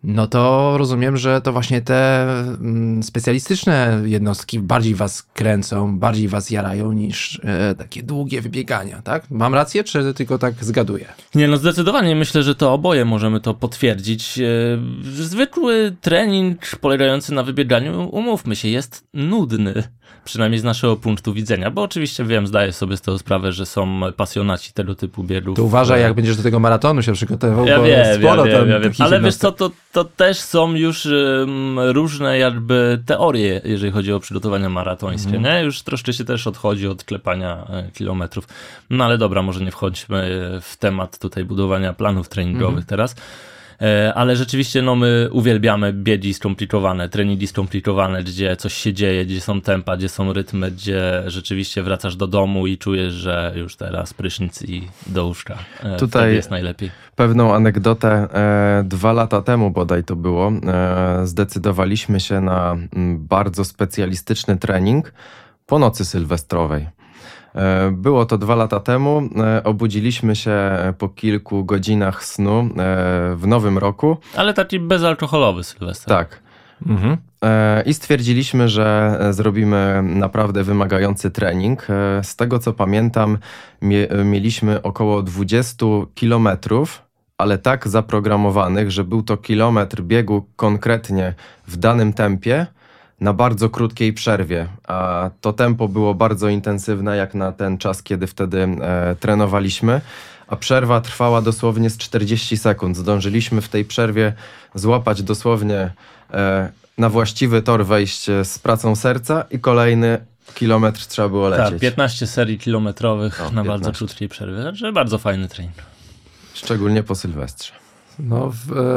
No to rozumiem, że to właśnie te specjalistyczne jednostki bardziej was kręcą, bardziej was jarają niż takie długie wybiegania, tak? Mam rację, czy tylko tak zgaduję? Nie, no zdecydowanie myślę, że to oboje możemy to potwierdzić. Zwykły trening polegający na wybieganiu, umówmy się, jest nudny. Przynajmniej z naszego punktu widzenia, bo oczywiście wiem, zdaję sobie z tego sprawę, że są pasjonaci tego typu biegów. To uważaj, jak będziesz do tego maratonu się przygotowywał, ja bo wiem, sporo ja wiem. Ale wiesz jednostek. co, to też są już różne jakby teorie, jeżeli chodzi o przygotowania maratońskie, nie? Już troszkę się też odchodzi od klepania kilometrów. No ale dobra, może nie wchodźmy w temat tutaj budowania planów treningowych teraz. Ale rzeczywiście no my uwielbiamy biegi skomplikowane, treningi skomplikowane, gdzie coś się dzieje, gdzie są tempa, gdzie są rytmy, gdzie rzeczywiście wracasz do domu i czujesz, że już teraz prysznic i do łóżka. Tutaj jest najlepiej. Pewną anegdotę. 2 lata temu bodaj to było. Zdecydowaliśmy się na bardzo specjalistyczny trening po nocy sylwestrowej. Było to 2 lata temu. Obudziliśmy się po kilku godzinach snu w nowym roku. Ale taki bezalkoholowy Sylwester. Tak. I stwierdziliśmy, że zrobimy naprawdę wymagający trening. Z tego co pamiętam, mieliśmy około 20 kilometrów, ale tak zaprogramowanych, że był to kilometr biegu konkretnie w danym tempie, na bardzo krótkiej przerwie, a to tempo było bardzo intensywne jak na ten czas, kiedy wtedy trenowaliśmy, a przerwa trwała dosłownie z 40 sekund. Zdążyliśmy w tej przerwie złapać dosłownie na właściwy tor, wejść z pracą serca i kolejny kilometr trzeba było lecieć. Tak, 15 serii kilometrowych na 15. bardzo krótkiej przerwie, także bardzo fajny trening. Szczególnie po Sylwestrze. No,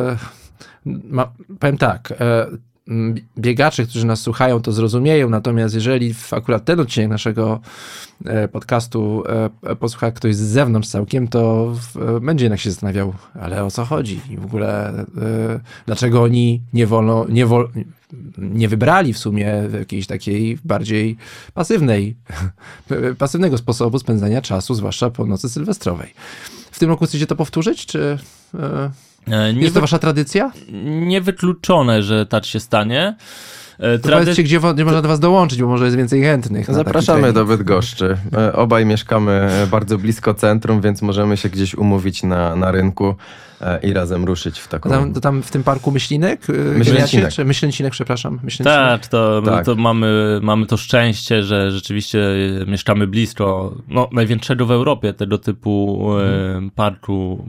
powiem tak, biegacze, którzy nas słuchają, to zrozumieją, natomiast jeżeli akurat ten odcinek naszego podcastu posłucha ktoś z zewnątrz całkiem, to będzie jednak się zastanawiał, ale o co chodzi i w ogóle dlaczego oni nie wybrali w sumie jakiejś takiej bardziej pasywnego sposobu spędzania czasu, zwłaszcza po nocy sylwestrowej. W tym roku chcecie to powtórzyć, czy... Jest to wasza tradycja? Niewykluczone, że tak się stanie. To powiedzcie, gdzie nie można do was dołączyć, bo może jest więcej chętnych. Zapraszamy do Bydgoszczy. Obaj mieszkamy bardzo blisko centrum, więc możemy się gdzieś umówić na rynku i razem ruszyć w taką... Tam w tym parku Myślinek? Myślęcinek, przepraszam. Tak, to mamy to szczęście, że rzeczywiście mieszkamy blisko największego w Europie tego typu parku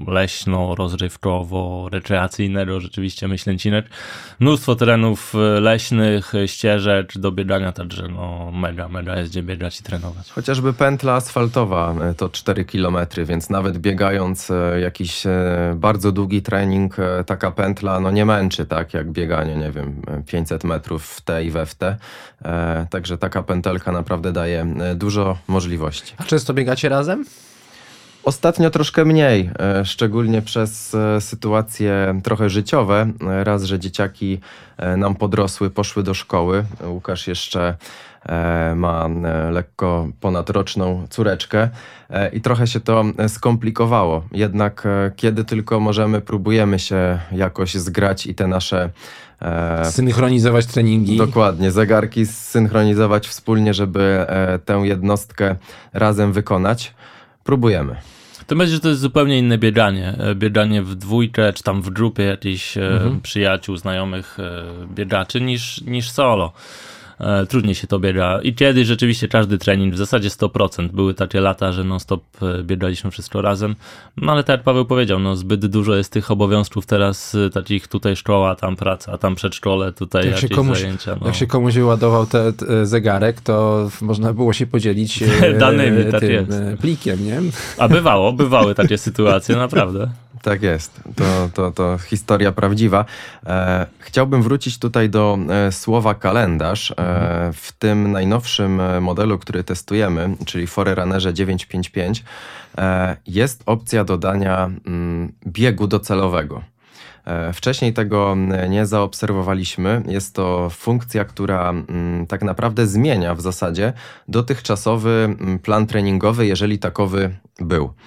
leśno-rozrywkowo-rekreacyjnego, rzeczywiście Myślęcinek. Mnóstwo terenów leśnych, ścieżek do biegania, także mega jest gdzie biegać i trenować. Chociażby pętla asfaltowa to 4 km, więc nawet biegając jakiś bardzo długi trening, taka pętla nie męczy tak jak bieganie, nie wiem, 500 metrów w te i we w te. Także taka pętelka naprawdę daje dużo możliwości. A często biegacie razem? Ostatnio troszkę mniej, szczególnie przez sytuacje trochę życiowe. Raz, że dzieciaki nam podrosły, poszły do szkoły. Łukasz jeszcze ma lekko ponadroczną córeczkę i trochę się to skomplikowało. Jednak kiedy tylko możemy, próbujemy się jakoś zgrać i te nasze... synchronizować treningi. Dokładnie, zegarki zsynchronizować wspólnie, żeby tę jednostkę razem wykonać. Próbujemy. To będzie, że to jest zupełnie inne bieganie. Bieganie w dwójkę, czy tam w grupie jakichś przyjaciół, znajomych biegaczy niż solo. Trudniej się to biega. I kiedyś rzeczywiście każdy trening, w zasadzie 100%. Były takie lata, że non-stop biegaliśmy wszystko razem. No ale tak jak Paweł powiedział, zbyt dużo jest tych obowiązków teraz, takich tutaj szkoła, tam praca, tam przedszkole, tutaj jakieś zajęcia. Jak się komuś wyładował ten zegarek, to można było się podzielić danymi, tak tym jest. plikiem, nie? A bywały takie sytuacje, naprawdę. Tak jest, to historia prawdziwa. Chciałbym wrócić tutaj do słowa kalendarz. W tym najnowszym modelu, który testujemy, czyli Forerunnerze 955, jest opcja dodania biegu docelowego. Wcześniej tego nie zaobserwowaliśmy. Jest to funkcja, która tak naprawdę zmienia w zasadzie dotychczasowy plan treningowy, jeżeli takowy był.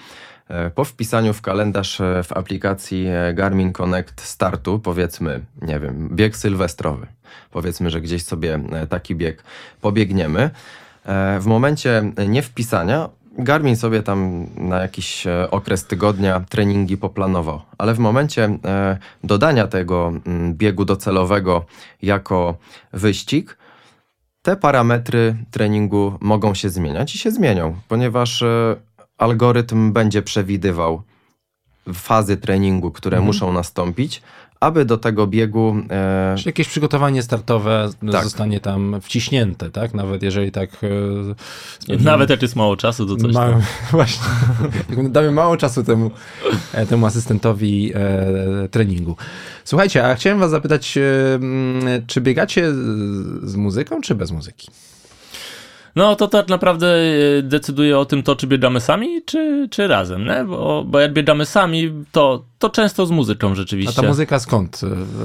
Po wpisaniu w kalendarz w aplikacji Garmin Connect startu, powiedzmy, nie wiem, bieg sylwestrowy, powiedzmy, że gdzieś sobie taki bieg pobiegniemy, w momencie niewpisania Garmin sobie tam na jakiś okres tygodnia treningi poplanował, ale w momencie dodania tego biegu docelowego jako wyścig, te parametry treningu mogą się zmieniać i się zmienią, ponieważ algorytm będzie przewidywał fazy treningu, które muszą nastąpić, aby do tego biegu... Czyli jakieś przygotowanie startowe Tak. zostanie tam wciśnięte, tak? Nawet jeżeli tak... Nawet jak jest mało czasu, to coś tam. Właśnie. Damy mało czasu temu asystentowi treningu. Słuchajcie, a chciałem was zapytać, czy biegacie z muzyką, czy bez muzyki? No to tak naprawdę decyduje o tym to, czy biegamy sami, czy razem, nie? Bo jak biegamy sami, to często z muzyką A rzeczywiście. ta muzyka skąd?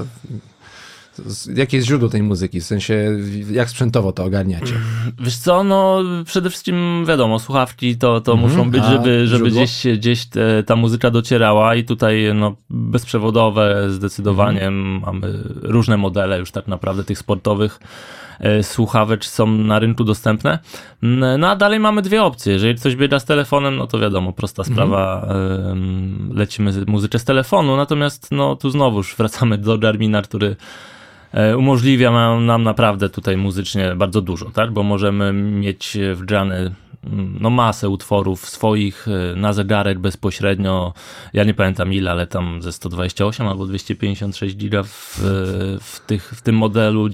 Jakie jest źródło tej muzyki? W sensie, jak sprzętowo to ogarniacie? Wiesz co, no przede wszystkim wiadomo, słuchawki to muszą być, żeby źródło? gdzieś ta muzyka docierała i tutaj no bezprzewodowe zdecydowanie mamy różne modele już tak naprawdę tych sportowych słuchawek są na rynku dostępne. No a dalej mamy dwie opcje. Jeżeli coś biega z telefonem, no to wiadomo, prosta sprawa, lecimy muzykę z telefonu, natomiast no tu znowuż wracamy do Garmina, który umożliwia nam naprawdę tutaj muzycznie bardzo dużo, tak? Bo możemy mieć wgrzane no masę utworów swoich na zegarek bezpośrednio. Ja nie pamiętam ile, ale tam ze 128 albo 256 giga w tym modelu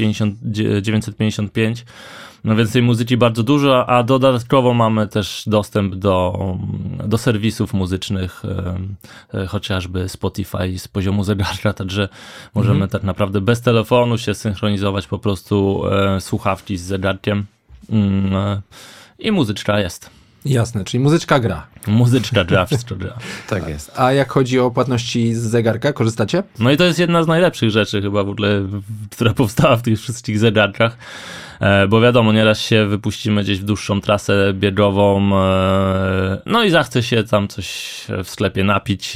955. No więc tej muzyki bardzo dużo, a dodatkowo mamy też dostęp do serwisów muzycznych, chociażby Spotify z poziomu zegarka, także możemy tak naprawdę bez telefonu się synchronizować po prostu słuchawki z zegarkiem i muzyczka jest. Jasne, czyli muzyczka gra. Muzyczka gra, wszystko gra. Tak jest. A jak chodzi o płatności z zegarka, korzystacie? No i to jest jedna z najlepszych rzeczy chyba w ogóle, która powstała w tych wszystkich zegarkach, bo wiadomo, nieraz się wypuścimy gdzieś w dłuższą trasę biegową, no i zachce się tam coś w sklepie napić,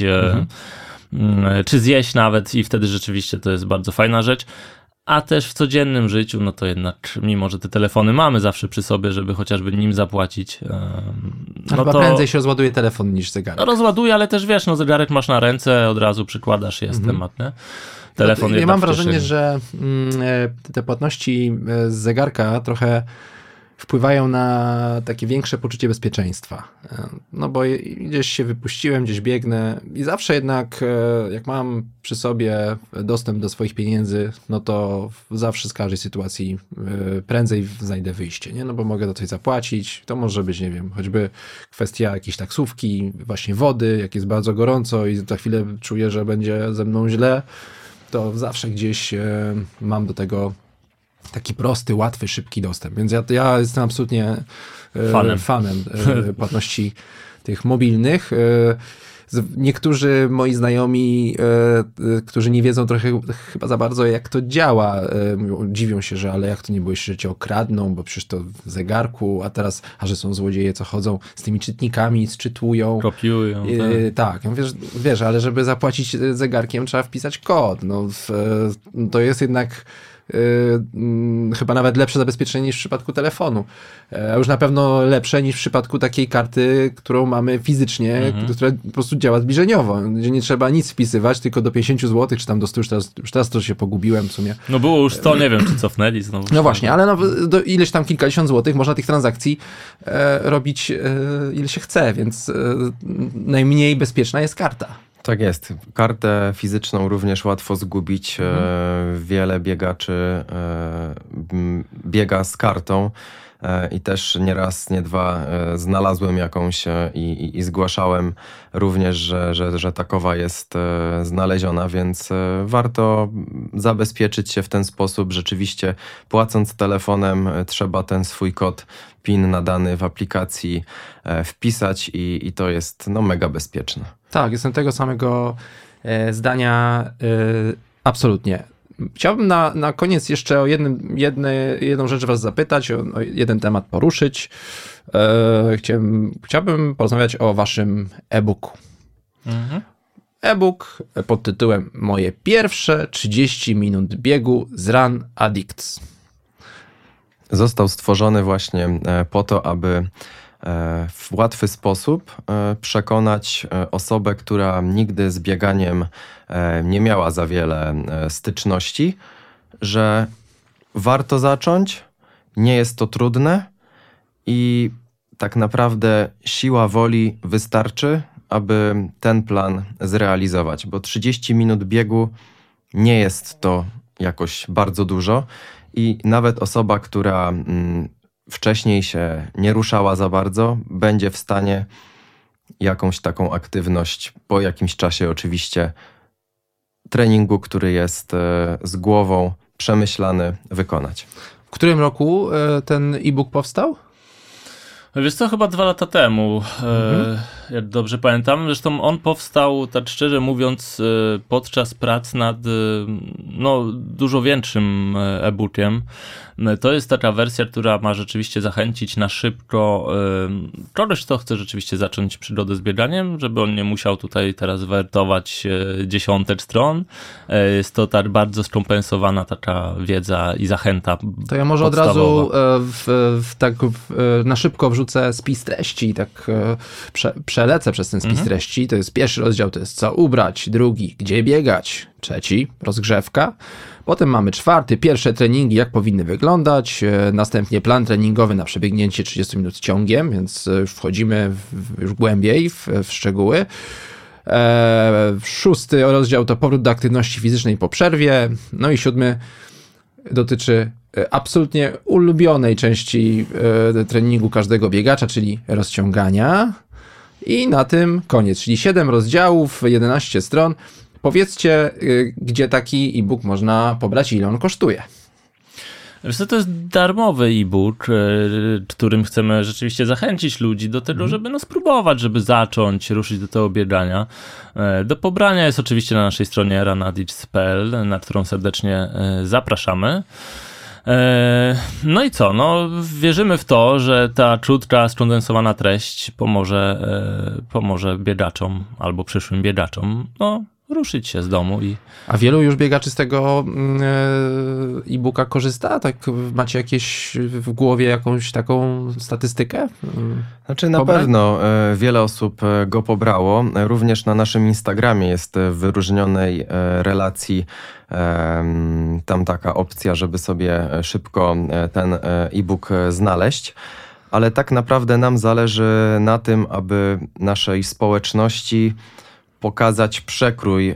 czy zjeść nawet i wtedy rzeczywiście to jest bardzo fajna rzecz. A też w codziennym życiu, no to jednak, mimo że te telefony mamy zawsze przy sobie, żeby chociażby nim zapłacić, no Chyba to prędzej się rozładuje telefon niż zegarek. no rozładuje, ale też wiesz, no zegarek masz na ręce, od razu przykładasz, jest temat, nie? Telefon Ja jednak mam w wrażenie, kieszeni. że te płatności z zegarka trochę wpływają na takie większe poczucie bezpieczeństwa. No bo gdzieś się wypuściłem, gdzieś biegnę i zawsze jednak jak mam przy sobie dostęp do swoich pieniędzy, no to zawsze z każdej sytuacji prędzej znajdę wyjście, nie? No bo mogę za coś zapłacić, to może być, nie wiem, choćby kwestia jakiejś taksówki, właśnie wody, jak jest bardzo gorąco i za chwilę czuję, że będzie ze mną źle, to zawsze gdzieś mam do tego taki prosty, łatwy, szybki dostęp. Więc ja jestem absolutnie fanem płatności tych mobilnych. Niektórzy moi znajomi, którzy nie wiedzą trochę chyba za bardzo, jak to działa, dziwią się, że ale jak to nie było jeszcze, że cię okradną, bo przecież to w zegarku, a teraz, że są złodzieje, co chodzą z tymi czytnikami, sczytują. Kopiują. Tak, wiesz, ale żeby zapłacić zegarkiem, trzeba wpisać kod. No, to jest jednak chyba nawet lepsze zabezpieczenie niż w przypadku telefonu. A już na pewno lepsze niż w przypadku takiej karty, którą mamy fizycznie, która po prostu działa zbliżeniowo, gdzie nie trzeba nic wpisywać, tylko do 50 zł, czy tam do 100, już teraz to się pogubiłem w sumie. No było już 100, nie wiem, czy cofnęli znowu. No właśnie, ale no, do ileś tam kilkadziesiąt złotych można tych transakcji robić ile się chce, więc najmniej bezpieczna jest karta. Tak jest. Kartę fizyczną również łatwo zgubić. Wiele biegaczy biega z kartą i też nie raz, nie dwa znalazłem jakąś i zgłaszałem również, że takowa jest znaleziona, więc warto zabezpieczyć się w ten sposób. Rzeczywiście płacąc telefonem trzeba ten swój kod PIN nadany w aplikacji wpisać i to jest no, mega bezpieczne. Tak, jestem tego samego zdania absolutnie. Chciałbym na koniec jeszcze o jedną rzecz was zapytać, o jeden temat poruszyć. Chciałbym porozmawiać o waszym e-booku. E-book pod tytułem Moje pierwsze 30 minut biegu z Run Addicts. Został stworzony właśnie po to, aby w łatwy sposób przekonać osobę, która nigdy z bieganiem nie miała za wiele styczności, że warto zacząć, nie jest to trudne i tak naprawdę siła woli wystarczy, aby ten plan zrealizować, bo 30 minut biegu nie jest to jakoś bardzo dużo i nawet osoba, która wcześniej się nie ruszała za bardzo, będzie w stanie jakąś taką aktywność po jakimś czasie oczywiście treningu, który jest z głową przemyślany, wykonać. W którym roku ten e-book powstał? Wiesz co, chyba 2 lata temu, jak dobrze pamiętam. Zresztą on powstał, tak szczerze mówiąc, podczas prac nad dużo większym e-bookiem. To jest taka wersja, która ma rzeczywiście zachęcić na szybko kogoś, kto chce rzeczywiście zacząć przygodę z bieganiem, żeby on nie musiał tutaj teraz wertować dziesiątek stron. Jest to tak bardzo skompensowana taka wiedza i zachęta. To ja może podstawowa. Od razu na szybko wrzucę spis treści, tak przelecę przez ten spis treści. To jest pierwszy rozdział, to jest co ubrać, drugi, gdzie biegać, trzeci, rozgrzewka. Potem mamy 4, pierwsze treningi, jak powinny wyglądać, następnie plan treningowy na przebiegnięcie 30 minut ciągiem, więc już wchodzimy już głębiej w szczegóły. 6 rozdział to powrót do aktywności fizycznej po przerwie, no i 7 dotyczy absolutnie ulubionej części treningu każdego biegacza, czyli rozciągania. I na tym koniec, czyli 7 rozdziałów, 11 stron. Powiedzcie, gdzie taki e-book można pobrać i ile on kosztuje. Wiesz co, to jest darmowy e-book, którym chcemy rzeczywiście zachęcić ludzi do tego, żeby spróbować, żeby zacząć, ruszyć do tego biegania. Do pobrania jest oczywiście na naszej stronie runaddicts.pl, na którą serdecznie zapraszamy. No i co? Wierzymy w to, że ta krótka, skondensowana treść pomoże biegaczom albo przyszłym biegaczom ruszyć się z domu. A wielu już biegaczy z tego e-booka korzysta? Tak, macie w głowie jakąś taką statystykę? Znaczy na pewno wiele osób go pobrało. Również na naszym Instagramie jest w wyróżnionej relacji tam taka opcja, żeby sobie szybko ten e-book znaleźć. Ale tak naprawdę nam zależy na tym, aby naszej społeczności pokazać przekrój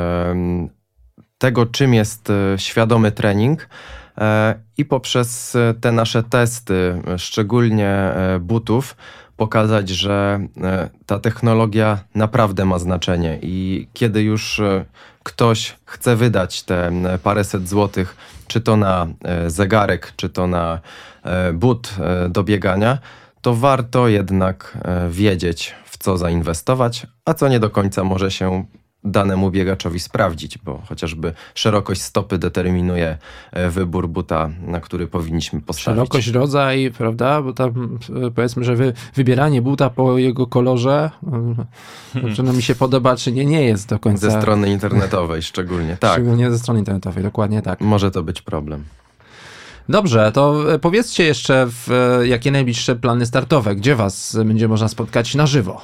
tego, czym jest świadomy trening i poprzez te nasze testy, szczególnie butów, pokazać, że ta technologia naprawdę ma znaczenie i kiedy już ktoś chce wydać te paręset złotych, czy to na zegarek, czy to na but do biegania, to warto jednak wiedzieć, w co zainwestować, a co nie do końca może się danemu biegaczowi sprawdzić, bo chociażby szerokość stopy determinuje wybór buta, na który powinniśmy postawić. Szerokość, rodzaj, prawda? Bo tam powiedzmy, że wybieranie buta po jego kolorze, czy mi się podoba, czy nie jest do końca. Ze strony internetowej szczególnie, tak. Szczególnie ze strony internetowej, dokładnie tak. Może to być problem. Dobrze, to powiedzcie jeszcze, jakie najbliższe plany startowe, gdzie was będzie można spotkać na żywo?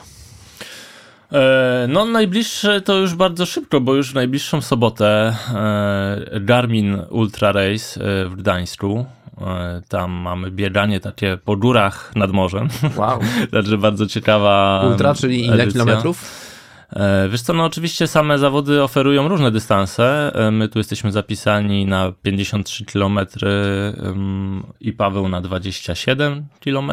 Najbliższe to już bardzo szybko, bo już w najbliższą sobotę Garmin Ultra Race w Gdańsku. Tam mamy bieganie takie po górach nad morzem. Wow. Także bardzo ciekawa Ultra, czyli ile kilometrów? Wiesz co, oczywiście same zawody oferują różne dystanse. My tu jesteśmy zapisani na 53 km i Paweł na 27 km.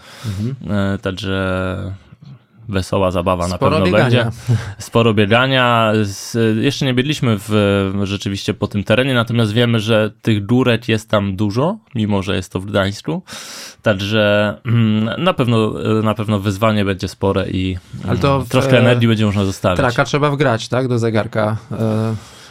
Także wesoła zabawa na pewno będzie. Sporo biegania. Jeszcze nie biegliśmy rzeczywiście po tym terenie, natomiast wiemy, że tych górek jest tam dużo, mimo że jest to w Gdańsku. Także na pewno wyzwanie będzie spore i ale to troszkę energii będzie można zostawić. Traka trzeba wgrać, tak? Do zegarka.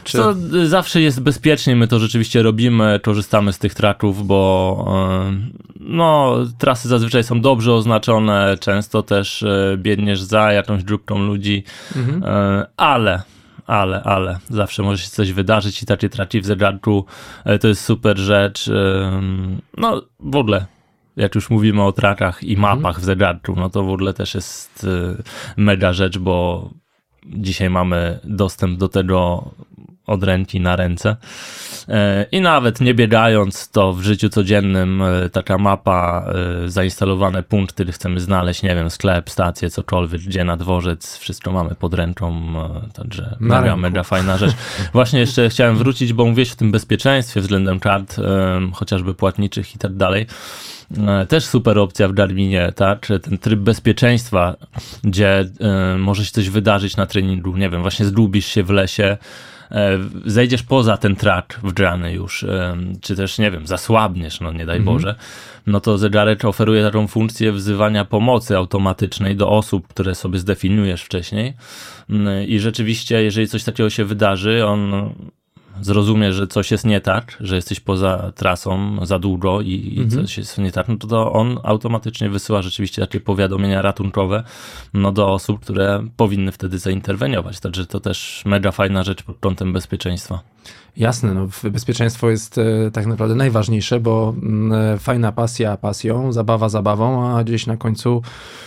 Czy... To zawsze jest bezpieczniej, my to rzeczywiście robimy, korzystamy z tych traków, bo trasy zazwyczaj są dobrze oznaczone, często też biegniesz za jakąś grupką ludzi, ale zawsze może się coś wydarzyć i takie traki w zegarku to jest super rzecz. W ogóle jak już mówimy o trakach i mapach w zegarku, no to w ogóle też jest mega rzecz, bo dzisiaj mamy dostęp do tego od ręki na ręce. I nawet nie biegając, to w życiu codziennym taka mapa, zainstalowane punkty, które chcemy znaleźć, nie wiem, sklep, stację, cokolwiek, gdzie na dworzec, wszystko mamy pod ręką, także mega fajna rzecz. Właśnie jeszcze chciałem wrócić, bo mówiłeś o tym bezpieczeństwie względem kart, chociażby płatniczych i tak dalej. Też super opcja w Garminie, tak? Ten tryb bezpieczeństwa, gdzie może się coś wydarzyć na treningu, nie wiem, właśnie zgubisz się w lesie, zejdziesz poza ten track wgrany już, czy też, nie wiem, zasłabniesz, no nie daj Boże, no to zegarek oferuje taką funkcję wzywania pomocy automatycznej do osób, które sobie zdefiniujesz wcześniej i rzeczywiście, jeżeli coś takiego się wydarzy, on zrozumie, że coś jest nie tak, że jesteś poza trasą za długo i coś jest nie tak, no to on automatycznie wysyła rzeczywiście takie powiadomienia ratunkowe do osób, które powinny wtedy zainterweniować. Także to też mega fajna rzecz pod kątem bezpieczeństwa. Jasne, bezpieczeństwo jest tak naprawdę najważniejsze, bo fajna pasja pasją, zabawa zabawą, a gdzieś na końcu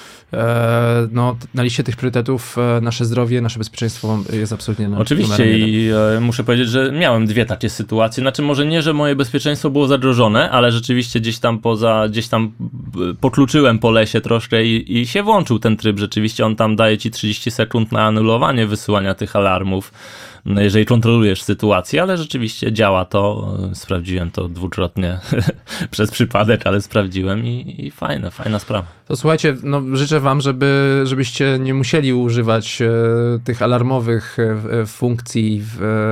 na liście tych priorytetów nasze zdrowie, nasze bezpieczeństwo jest absolutnie na Oczywiście i muszę powiedzieć, że miałem dwie takie sytuacje. Znaczy może nie, że moje bezpieczeństwo było zagrożone, ale rzeczywiście gdzieś tam pokluczyłem po lesie troszkę i się włączył ten tryb. Rzeczywiście on tam daje ci 30 sekund na anulowanie wysyłania tych alarmów, jeżeli kontrolujesz sytuację, ale rzeczywiście działa to. Sprawdziłem to dwukrotnie przez przypadek, ale sprawdziłem i fajna sprawa. To słuchajcie, życzę wam, żebyście nie musieli używać tych alarmowych funkcji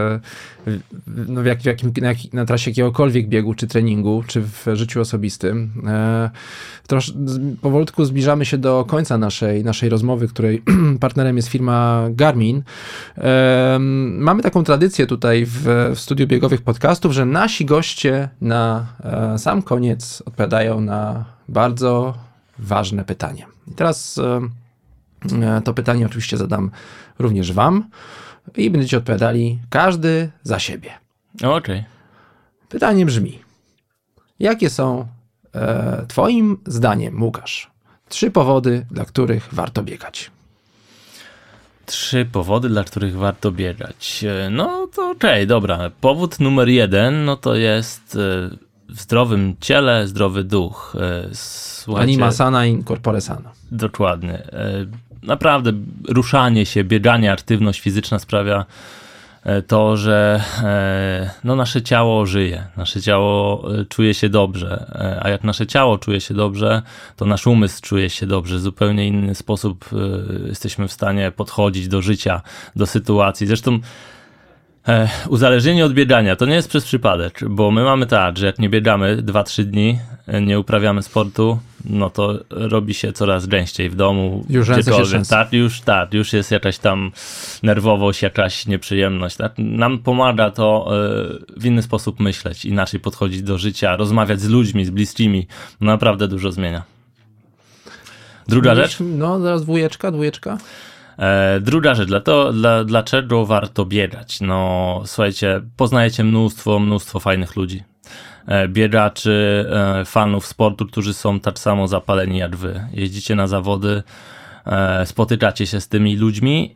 na trasie jakiegokolwiek biegu, czy treningu, czy w życiu osobistym. Powolutku zbliżamy się do końca naszej rozmowy, której partnerem jest firma Garmin. Mamy taką tradycję tutaj w studiu biegowych podcastów, że nasi goście na sam koniec odpowiadają na bardzo ważne pytanie. I teraz to pytanie oczywiście zadam również wam i będziecie odpowiadali każdy za siebie. Okej. Pytanie brzmi: jakie są twoim zdaniem, Łukasz, 3 powody, dla których warto biegać? 3 powody, dla których warto biegać. No to dobra. Powód numer 1, to jest w zdrowym ciele, zdrowy duch. Słuchajcie, Anima sana in corpore sano. Dokładnie. Naprawdę ruszanie się, bieganie, aktywność fizyczna sprawia to, że nasze ciało żyje, nasze ciało czuje się dobrze, a jak nasze ciało czuje się dobrze, to nasz umysł czuje się dobrze. W zupełnie inny sposób jesteśmy w stanie podchodzić do życia, do sytuacji. Zresztą uzależnienie od biegania to nie jest przez przypadek, bo my mamy tak, że jak nie biegamy 2-3 dni, nie uprawiamy sportu, no to robi się coraz gęściej w domu. Już ręce się trzęsą. Już jest jakaś tam nerwowość, jakaś nieprzyjemność. Tak? Nam pomaga to w inny sposób myśleć, inaczej podchodzić do życia, rozmawiać z ludźmi, z bliskimi. Naprawdę dużo zmienia. Druga rzecz? No, zaraz dwójeczka. Druga rzecz, dlaczego warto biegać? No słuchajcie, poznajecie mnóstwo fajnych ludzi. Biegaczy, fanów sportu, którzy są tak samo zapaleni jak wy. Jeździcie na zawody, spotykacie się z tymi ludźmi,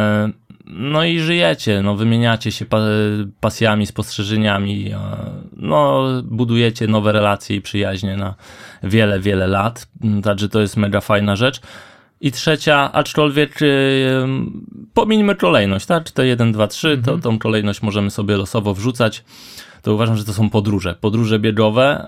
no i żyjecie, wymieniacie się pasjami, spostrzeżeniami, budujecie nowe relacje i przyjaźnie na wiele lat, także to jest mega fajna rzecz. I trzecia, aczkolwiek pomińmy kolejność, tak? Czy to 1, 2, 3, to tą kolejność możemy sobie losowo wrzucać. To uważam, że to są podróże biegowe.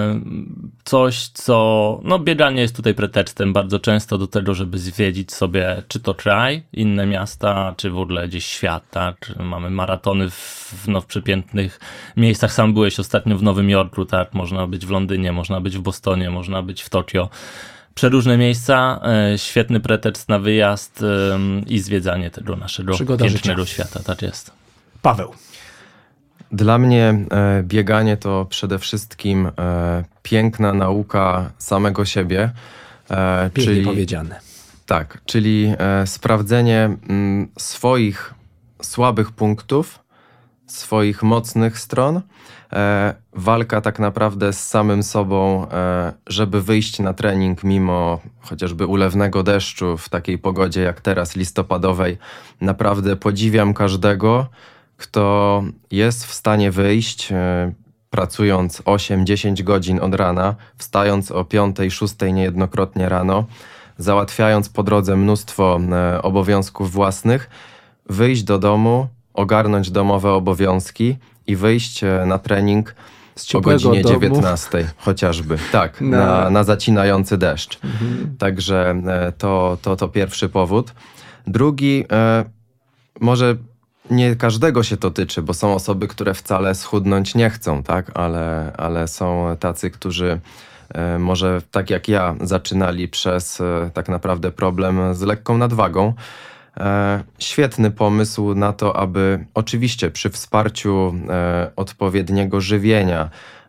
Coś, co, bieganie jest tutaj pretekstem bardzo często do tego, żeby zwiedzić sobie, czy to kraj, inne miasta, czy w ogóle gdzieś świat, tak? Mamy maratony w przepięknych miejscach. Sam byłeś ostatnio w Nowym Jorku, tak? Można być w Londynie, można być w Bostonie, można być w Tokio. Przeróżne miejsca, świetny pretekst na wyjazd i zwiedzanie tego naszego pięknego świata, tak jest. Paweł. Dla mnie bieganie to przede wszystkim piękna nauka samego siebie. Pięknie powiedziane. Tak, czyli sprawdzenie swoich słabych punktów, swoich mocnych stron, walka tak naprawdę z samym sobą, żeby wyjść na trening mimo chociażby ulewnego deszczu w takiej pogodzie jak teraz listopadowej. Naprawdę podziwiam każdego, kto jest w stanie wyjść, pracując 8-10 godzin od rana, wstając o 5-6 niejednokrotnie rano, załatwiając po drodze mnóstwo obowiązków własnych, wyjść do domu, ogarnąć domowe obowiązki i wyjść na trening o godzinie 19 chociażby. Tak, na zacinający deszcz. Także to pierwszy powód. Drugi, może nie każdego się to tyczy, bo są osoby, które wcale schudnąć nie chcą, tak? Ale są tacy, którzy może tak jak ja zaczynali przez tak naprawdę problem z lekką nadwagą. Świetny pomysł na to, aby oczywiście przy wsparciu odpowiedniego żywienia,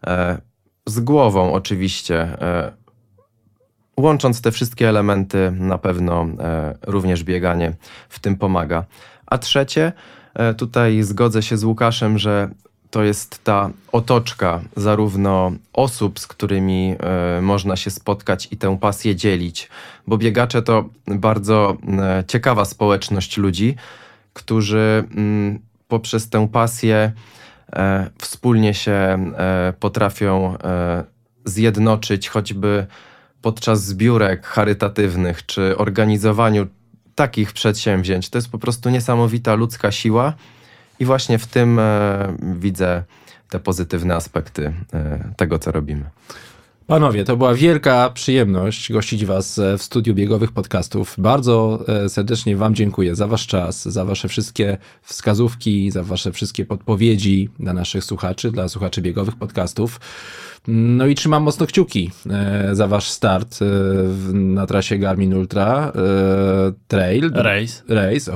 z głową oczywiście, łącząc te wszystkie elementy, na pewno również bieganie w tym pomaga. A trzecie, tutaj zgodzę się z Łukaszem, że to jest ta otoczka zarówno osób, z którymi można się spotkać i tę pasję dzielić, bo biegacze to bardzo ciekawa społeczność ludzi, którzy poprzez tę pasję wspólnie się potrafią zjednoczyć, choćby podczas zbiórek charytatywnych czy organizowaniu takich przedsięwzięć. To jest po prostu niesamowita ludzka siła. I właśnie w tym widzę te pozytywne aspekty tego, co robimy. Panowie, to była wielka przyjemność gościć was w studiu Biegowych Podcastów. Bardzo serdecznie wam dziękuję za wasz czas, za wasze wszystkie wskazówki, za wasze wszystkie podpowiedzi dla naszych słuchaczy, dla słuchaczy Biegowych Podcastów. No i trzymam mocno kciuki za wasz start na trasie Garmin Ultra Trail. Race.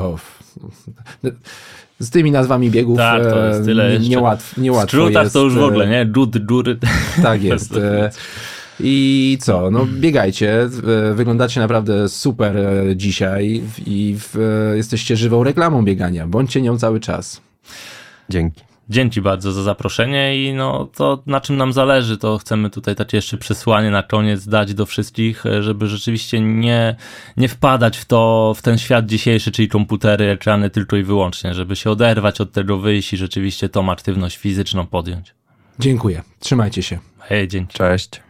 Z tymi nazwami biegów tak, to jest tyle niełatwo jest. W skrótach to już w ogóle, nie? Dury. Tak jest. I co? No biegajcie. Wyglądacie naprawdę super dzisiaj i jesteście żywą reklamą biegania. Bądźcie nią cały czas. Dzięki. Dzięki bardzo za zaproszenie i no to na czym nam zależy, to chcemy tutaj takie jeszcze przesłanie na koniec dać do wszystkich, żeby rzeczywiście nie wpadać w ten świat dzisiejszy, czyli komputery, ekrany tylko i wyłącznie, żeby się oderwać od tego, wyjść i rzeczywiście tą aktywność fizyczną podjąć. Dziękuję. Trzymajcie się. Hej, dzięki. Cześć.